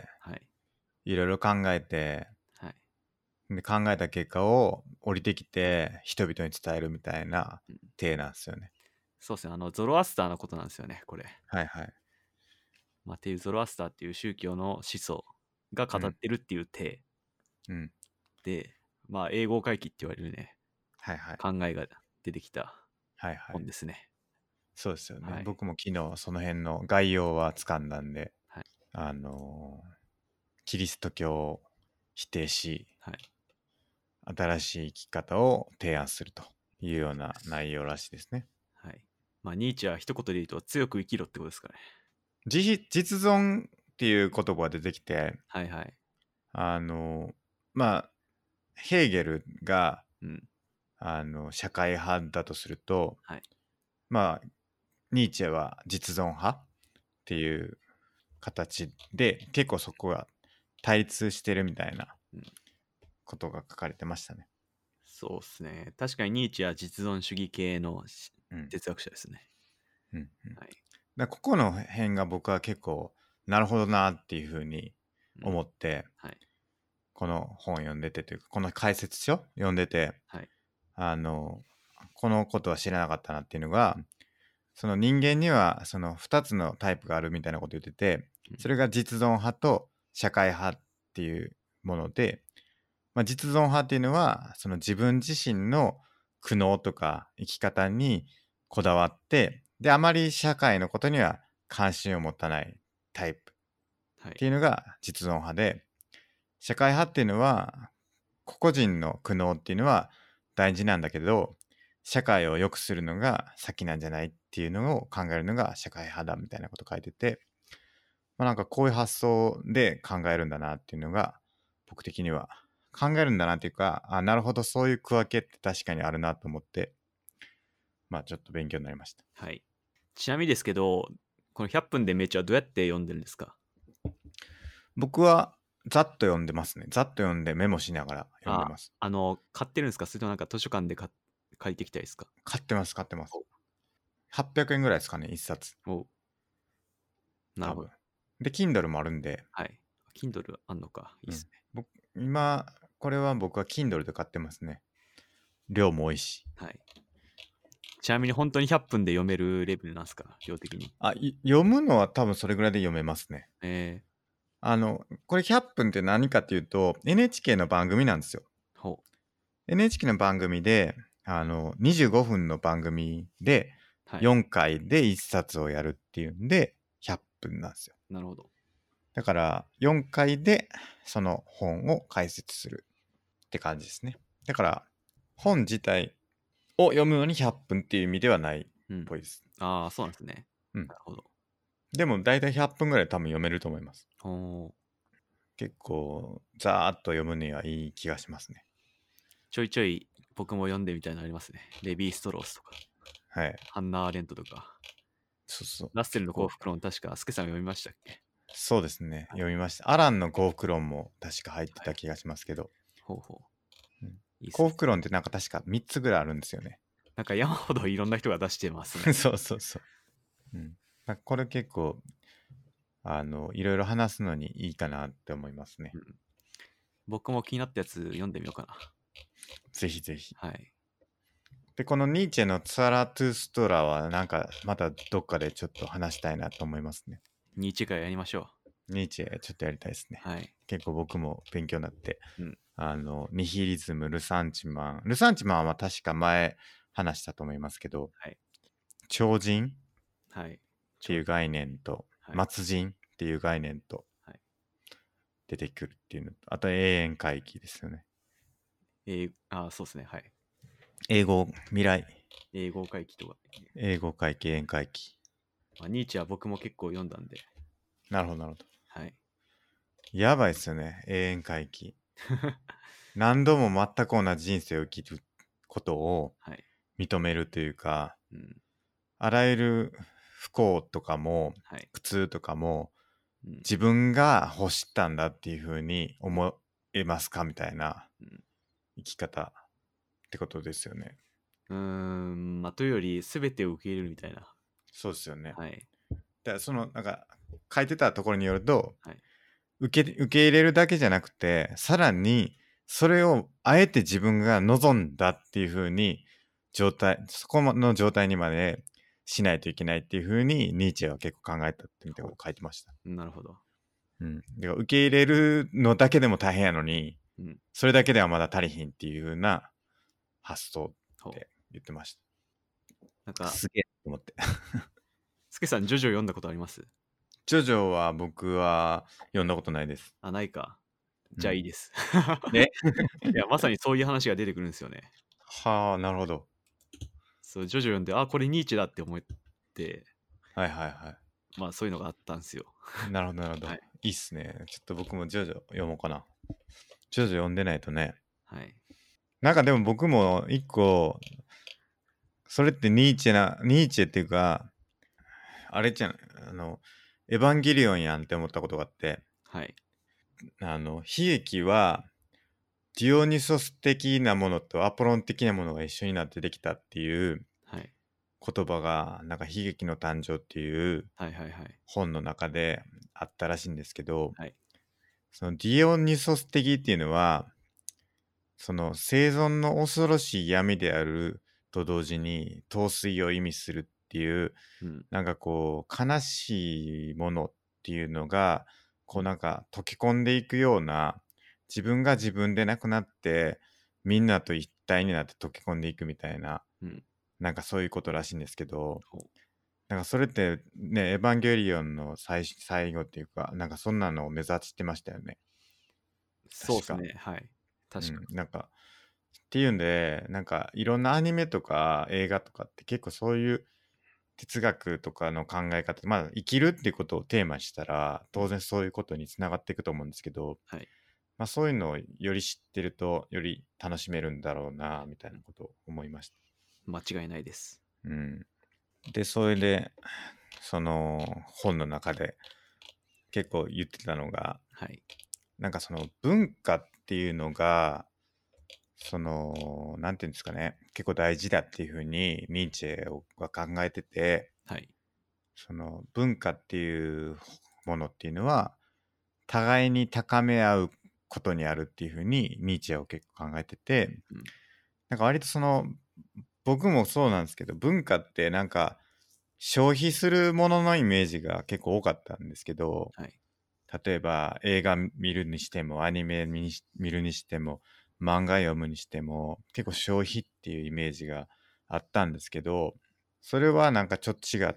はい。 いろいろ考えて、 はい。 で考えた結果を降りてきて人々に伝えるみたいなうん体なんですよね。 そうですね。あの、ゾロアスターのことなんですよね、これ。 はいはい。 まあ、っていうゾロアスターっていう宗教の思想が語ってるっていう体うん。 で、まあ、英語回帰って言われるね、 はいはい。 考えが出てきたはいはい本。ですね。 そうですよね。 はい僕も昨日その辺の概要は掴んだんで、 はいあのーキリスト教を否定し、 はい。 新しい生き方を提案するというような内容らしいですね。 はい。まあ、ニーチェは一言で言うと強く生きろってことですかね。 実実存っていう言葉が出てきて、 はいはい。 あのまあヘーゲルがうん。 あの社会派だとすると、 はい。 まあニーチェは実存派っていう形で結構そこが対立してるみたいなうんことが書かれてましたね。 そうですね。確かにニーチェは実存主義系のしうん哲学者ですね。 うんうん、 はい。 だここの辺が僕は結構なるほどなっていうふうにうん思って、 はい。 この本読んでてというかこの解説書読んでて、 はい。 あのこのことは知らなかったなっていうのが、その人間にはそのふたつのタイプがあるみたいなこと言ってて、それが実存派と社会派っていうもので、まあ、実存派っていうのはその自分自身の苦悩とか生き方にこだわって、であまり社会のことには関心を持たないタイプはいっていうのが実存派で、社会派っていうのは個々人の苦悩っていうのは大事なんだけど、社会を良くするのが先なんじゃないっていうのを考えるのが社会派だみたいなこと書いてて、まあ、なんかこういう発想で考えるんだなっていうのが僕的には考えるんだなっていうか、あ、なるほど、そういう区分けって確かにあるなと思って、まあちょっと勉強になりました。 はい。ちなみにですけど、このひゃっぷんでめちゃはどうやって読んでるんですか？ 僕はざっと読んでますね。ざっと読んでメモしながら読んであ、 ます。 あの、買ってるんですか？それともなんか図書館で買借りてきたいですか？ 買ってます、買ってます。 おはっぴゃくえんぐらいですかね、一冊。 お、なる多分。 ほど。 で、Kindle もあるんで、 はい。Kindle あんのか。いいっうん、 すね。 僕今、これは僕は Kindle で買ってますね。量も多いし。 はい。ちなみに本当にひゃっぷんで読めるレベルなんですか？量的に。 あ、い読むのは多分それぐらいで読めますね。 えあの、これひゃっぷんって何かっていうと、エヌエイチケー の番組なんですよ。 ー、ほエヌエイチケー の番組で、あの、にじゅうごふんの番組で、 う。はい。 よんかいでいっさつをやるっていうんで、ひゃっぷんなんですよ。 なるほど。 だから、よんかいでその本を解説するって感じですね。だから、本自体を読むのにひゃっぷんっていう意味ではないっうん。 ぽいです。 ああ、そうなんですね。 うん。 なるほど。 でも、だいたいひゃっぷんぐらい多分読めると思います。 おー、 結構、ざーっと読むにはいい気がしますね。 ちょいちょい僕も読んでみたいなのありますね。レヴィ・ストロースとか、 はい。 ハンナ・アーレントとか、 そうそう。 ラッセルの幸こう福論、確か、スケさん読みましたっけ？ そうですね。 はい読みました。アランの幸福論も確か入ってはい。 た気がしますけど、 ほうほう。 うんいいっすね。 幸福論ってなんか確かみっつぐらいあるんですよね。 なんか山ほどいろんな人が出してますね。 そうそうそう。うん。なんかこれ結構、あの、いろいろ話すのにいいかなって思いますねう。ん、僕も気になったやつ読んでみようかな。 ぜひぜひ。 はい。 で、このニーチェのツァラトゥーストラはなんかまたどっかでちょっと話したいなと思いますね。 ニーチェ会やりましょニーチェちょっとやりたいですね。 う。はい。 結構僕も勉強になって。 うん。 あの、ニヒリズム、ルサンチマン。ルサンチマンは確か前話したと思いますけど、 はい。 超人っはい。 ていう概念と、 はい。 末人っていう概念とはい出てくるっていうのと、あと永遠回帰ですよね。 えー、あー、そうですね。はい。 英語、未来、 英語回帰とか。 英語回帰、永遠回帰。 まあ、ニーチェは僕も結構読んだんで。 なるほど、なるほど。 はい。 やばいっすよね、永遠回帰。何度も全く同じ人生を生きることをはい。 認めるというか、 うん。 あらゆる不幸とかもはい。 苦痛とかもうん。 自分が欲したんだっていう風に思えますかみたいなうん生き方ってことですよね。 うーん、まあ、というより、すべてを受け入れるみたいな。 そうですよね。 はい。 だからそのなんか書いてたところによると、 はい。 受け受け入れるだけじゃなくて、さらにそれをあえて自分が望んだっていう風に状態、そこの状態にまでしないといけないっていう風にニーチェは結構考えたってみたいなこと書いてました。 なるほど。 うん。だから受け入れるのだけでも大変やのに、 うん。 それだけではまだ足りひんっていう風な発想ほうって言ってましなんた。 か、 すげえと思って。 スケさん、ジョジョ読んだことあります？ ジョジョは僕は読んだことないです。 あ、ないか。じゃあいいです。 ね。 いや、まさにそういう話が出てくるんですよね。 はあ、なるほど。 そう、ジョジョ読んで、あ、これニーチェだって思って、 はいはいはまあそういうのがあったんですよ。 い。なるほどなるほど。 はい。 いいっすね。ちょっと僕もジョジョ読もうかな。ジョジョ読んでないとね。 はい。 なんかでも僕も一個、それってニーチェな、ニーチェっていうか、あれじゃん、あの、エヴァンゲリオンやんって思ったことがあって、 はい。 あの、悲劇は、ディオニソス的なものとアポロン的なものが一緒になってできたっていうはい。 言葉が、なんか悲劇の誕生っていうはいはいはい。 本の中であったらしいんですけど、 はい。 そのディオニソス的っていうのは、その生存の恐ろしい闇であると同時に陶酔を意味するっていう、 うん。 なんかこう悲しいものっていうのがこうなんか溶け込んでいくような、自分が自分でなくなってみんなと一体になって溶け込んでいくみたいな、 うん。 なんかそういうことらしいんですけど、 ほうなんかそれってね、エヴァンゲリオンの最最後っていうか、なんかそんなのを目指してましたよね。確か。 そうですね。はい。 確かに。 うん、なんかっていうんで、なんかいろんなアニメとか映画とかって結構そういう哲学とかの考え方、まあ生きるっていうことをテーマにしたら当然そういうことにつながっていくと思うんですけど、 はい。 まあ、そういうのをより知ってるとより楽しめるんだろうなみたいなことを思いました。 間違いないです。 うん、でそれでその本の中で結構言ってたのが、 はい。 なんかその文化っていうのがそのなんていうんですかね、結構大事だっていうふうにニーチェが考えてて、 はい。 その文化っていうものっていうのは互いに高め合うことにあるっていうふうにニーチェは結構考えてて、 うん、 なんか割とその僕もそうなんですけど、文化ってなんか消費するもののイメージが結構多かったんですけど、 はい。 例えば映画見るにしてもアニメ見見るにしても漫画読むにしても結構消費っていうイメージがあったんですけど、それはなんかちょっと違って、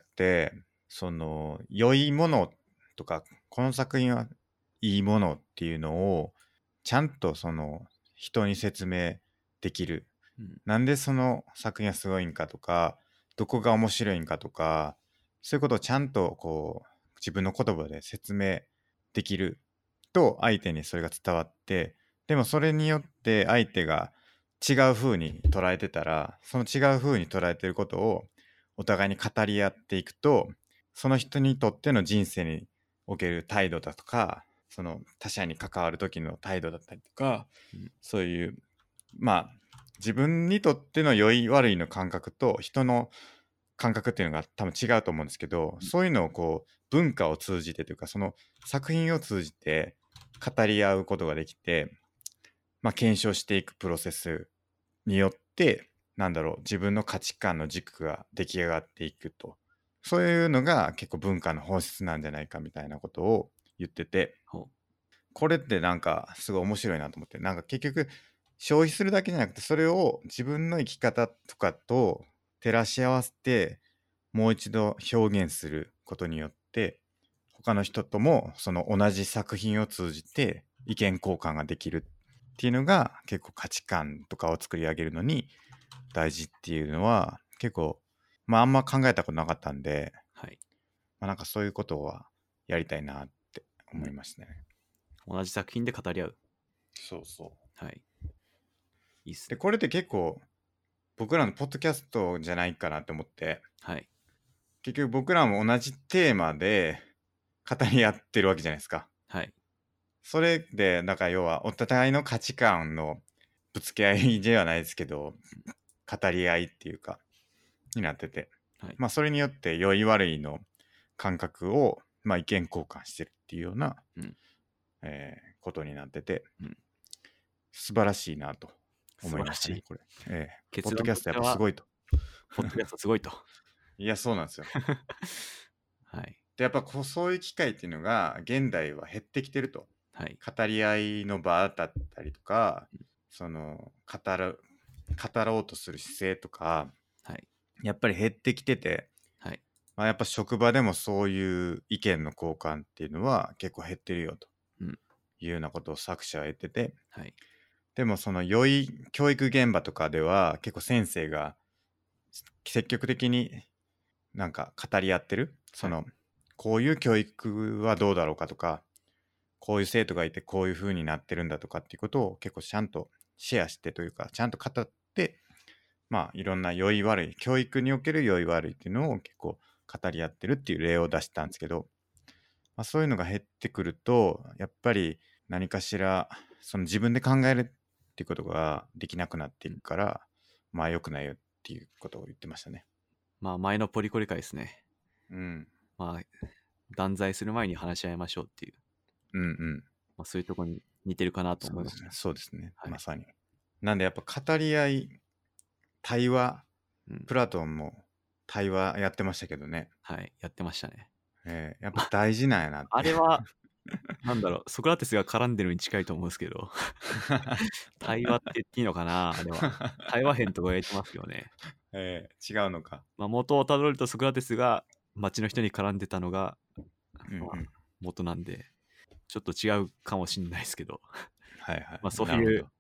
その良いものとかこの作品はいいものっていうのをちゃんとその人に説明できる、 うん、 なんでその作品はすごいんかとかどこが面白いんかとか、そういうことをちゃんとこう自分の言葉で説明できると相手にそれが伝わって、でもそれによって相手が違う風に捉えてたら、その違う風に捉えてることをお互いに語り合っていくと、その人にとっての人生における態度だとか、その他者に関わる時の態度だったりとか、 うん、 そういうまあ自分にとっての良い悪いの感覚と人の感覚っていうのが多分違うと思うんですけど、そういうのをこう文化を通じてというかその作品を通じて語り合うことができて、まあ、検証していくプロセスによってなんだろう、自分の価値観の軸が出来上がっていくと、そういうのが結構文化の本質なんじゃないかみたいなことを言ってて、 ほこれってなんかすごい面白いなと思って、なんか結局消費するだけじゃなくてそれを自分の生き方とかと照らし合わせてもう一度表現することによって他の人ともその同じ作品を通じて意見交換ができるっていうのが結構価値観とかを作り上げるのに大事っていうのは結構まああんま考えたことなかったんで、 はい。 まあ、なんかそういうことはやりたいなってうん、 思いましたね。 同じ作品で語り合う。 そうそう。 はい。いいっすね。 でこれって結構僕らのポッドキャストじゃないかなと思って、 はい。 結局僕らも同じテーマで語り合ってるわけじゃないですか。 はい。 それでだから要はお互いの価値観のぶつけ合いではないですけど語り合いっていうかになってて、 はい。 まあそれによって良い悪いの感覚をまあ意見交換してるっていうような、 うん、 えーことになってて、 うん、 素晴らしいなと素晴らしい。 思いましたねこれ。えー、ポッ結論ドキャストやとしては、 っぱすごいと。 ポッドキャストすごいと。 いやそうなんですよ。 はい。 でやっぱこうそういう機会っていうのが現代は減ってきてると。 はい。 語り合いの場だったりとか、その語る語ろうとする姿勢とかはい。 やっぱり減ってきてて、 はい。 まあ、やっぱ職場でもそういう意見の交換っていうのは結構減ってるよとうん。 いうようなことを作者は言ってて、 はい。 でもその良い教育現場とかでは結構先生が積極的になんか語り合ってる、そのこういう教育はどうだろうかとか、こういう生徒がいてこういう風になってるんだとかっていうことを結構ちゃんとシェアしてというかちゃんと語って、まあいろんな良い悪い教育における良い悪いっていうのを結構語り合ってるっていう例を出したんですけど、まあ、そういうのが減ってくるとやっぱり何かしらその自分で考えるっていうことができなくなっていくから、まあ良くないよっていうことを言ってましたね。 まあ、前のポリコレ会ですね。 うん。 まあ、断罪する前に話し合いましょうっていう、 うんうん。 まあ、そういうところに似てるかなとそうですね。 思いました。 そうですね。 はい。 まさに。なんでやっぱ語り合い、対話、 うん。 プラトンも対話やってましたけどね。 はい。やってましたね。 えーやっぱ大事なんやなって。 あれは、なんだろう、ソクラテスが絡んでるに近いと思うんですけど、対話って言っていいのかな、あれは。対話編とか言ってますよね。 えー違うのか。 まあ、元をたどるとソクラテスが町の人に絡んでたのが、 うんうん。 まあ、元なんで、ちょっと違うかもしれないですけど、 はいはい。 まあ、ソフィルなるほど。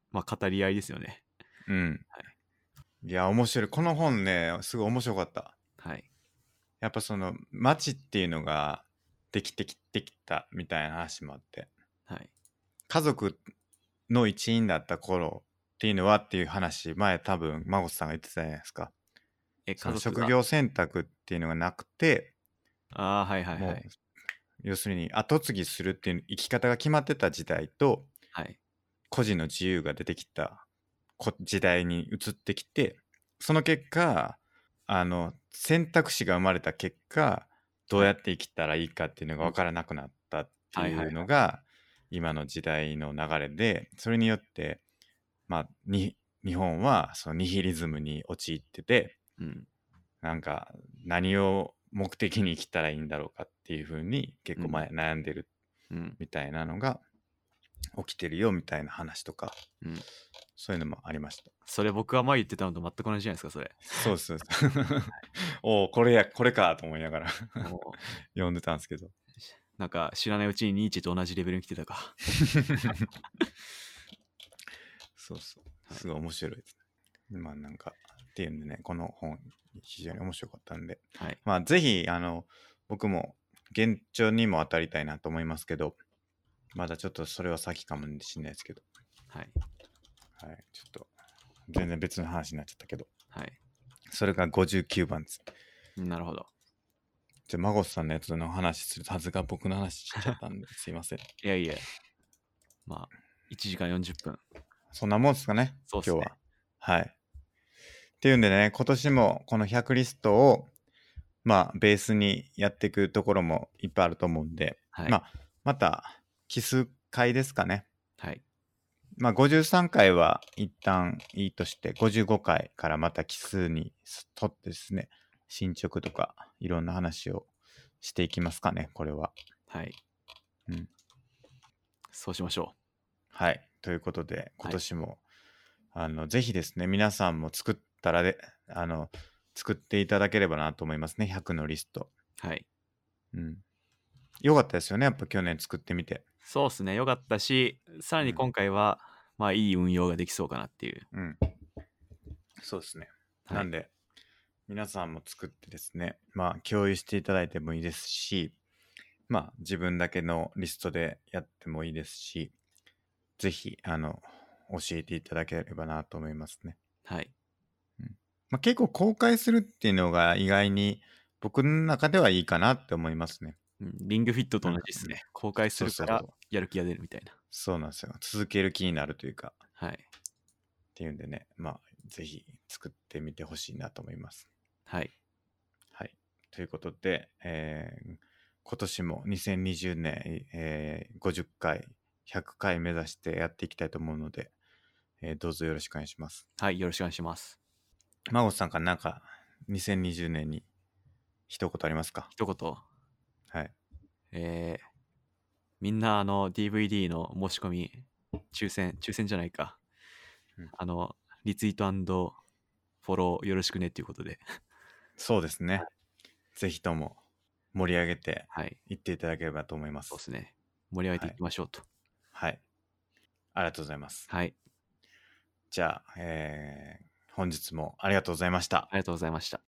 まあ語り合いですよね。 うん。 はいいや、面白い。この本ね、すごい面白かった。 はいやっぱその街っていうのができてきてきたみたいな話もあって、 はい家族の一員だった頃っていうのはっていう話、前多分マゴスさんが言ってたじゃないですか。 えその家族が職業選択っていうのがなくて、 ああはいはいはもうい要するに後継ぎするっていう生き方が決まってた時代と、 はい個人の自由が出てきたこ時代に移ってきて、その結果あの選択肢が生まれた結果どうやって生きたらいいかっていうのが分からなくなったっていうのが今の時代の流れで、それによってまあに日本はそのニヒリズムに陥ってて、 うんなんか何を目的に生きたらいいんだろうかっていう風に結構前悩んでるうんみたいなのが起きてるよみたいな話とか、 うんそういうのもありました。 それ僕が前言ってたのと全く同じじゃないですかそれ。 そうですそうです。おおこれやこれかと思いながらもう読んでたんですけど。 なんか知らないうちにニーチェと同じレベルに来てたか。 そうそうすごい面白いですね。まあなんかっていうんでね、この本非常に面白かったんで、 はいまあぜひあの僕も現状にも当たりたいなと思いますけど、まだちょっとそれは先かもしれないですけど、 はいはい、ちょっと全然別の話になっちゃったけど、 はいそれがごじゅうきゅうばんです。 なるほど。 じゃあマゴスさんのやつの話するはずが僕の話しちゃったんですいません。 いやいやまあいちじかんよんじゅっぷん。 そんなもんですかね、 そうっすね今日は。はい。っていうんでね、今年もこのひゃくリストをまあベースにやっていくところもいっぱいあると思うんで、 はいまあまた奇数回ですかね。 はいまあごじゅうさんかいは一旦いいとして、ごじゅうごかいからまた奇数にとってですね、進捗とかいろんな話をしていきますかね、これは。 はいうんそうしましょはい。ということで、今年も、あのぜひですね、皆さんも作ったらで、あの、作っていただければなと思いますね、ひゃくのリスト。 う。はいうん。よかったですよね、やっぱ去年作ってみて。 そうっすねよかったし、さらに今回は、まあいい運用ができそうかなっていう。 うん。そうですね。 はいなんで、皆さんも作ってですね、まあ共有していただいてもいいですし、まあ自分だけのリストでやってもいいですし、ぜひ、あの、教えていただければなと思いますね。 はいまあ、結構公開するっていうのが意外に僕の中ではいいかなって思いますね。 うんリングフィットと同じですね。公開するからそうそうそうやる気が出るみたいな。 そうなんですよ。続ける気になるというか、 はいっていうんでね、まあ、ぜひ作ってみてほしいなと思います。 はいはい。ということで、えー今年もにせんにじゅうねん、えーごじゅっかい、ひゃくかい目指してやっていきたいと思うので、えーどうぞよろしくお願いします。 はいよろしくお願いします。 マゴさんからなんかにせんにじゅうねんに一言ありますか？ 一言はい。 えー、みんなあの ディーブイディー の申し込み抽選抽選じゃないか、 うんあのリツイート&フォローよろしくねっていうことでそうですね。ぜひとも盛り上げてはいいっていただければと思います。 そうですね盛り上げていきましょうと。 はい。ありがとうございます。 はいじゃあ、えー本日もありがとうございました。 ありがとうございました。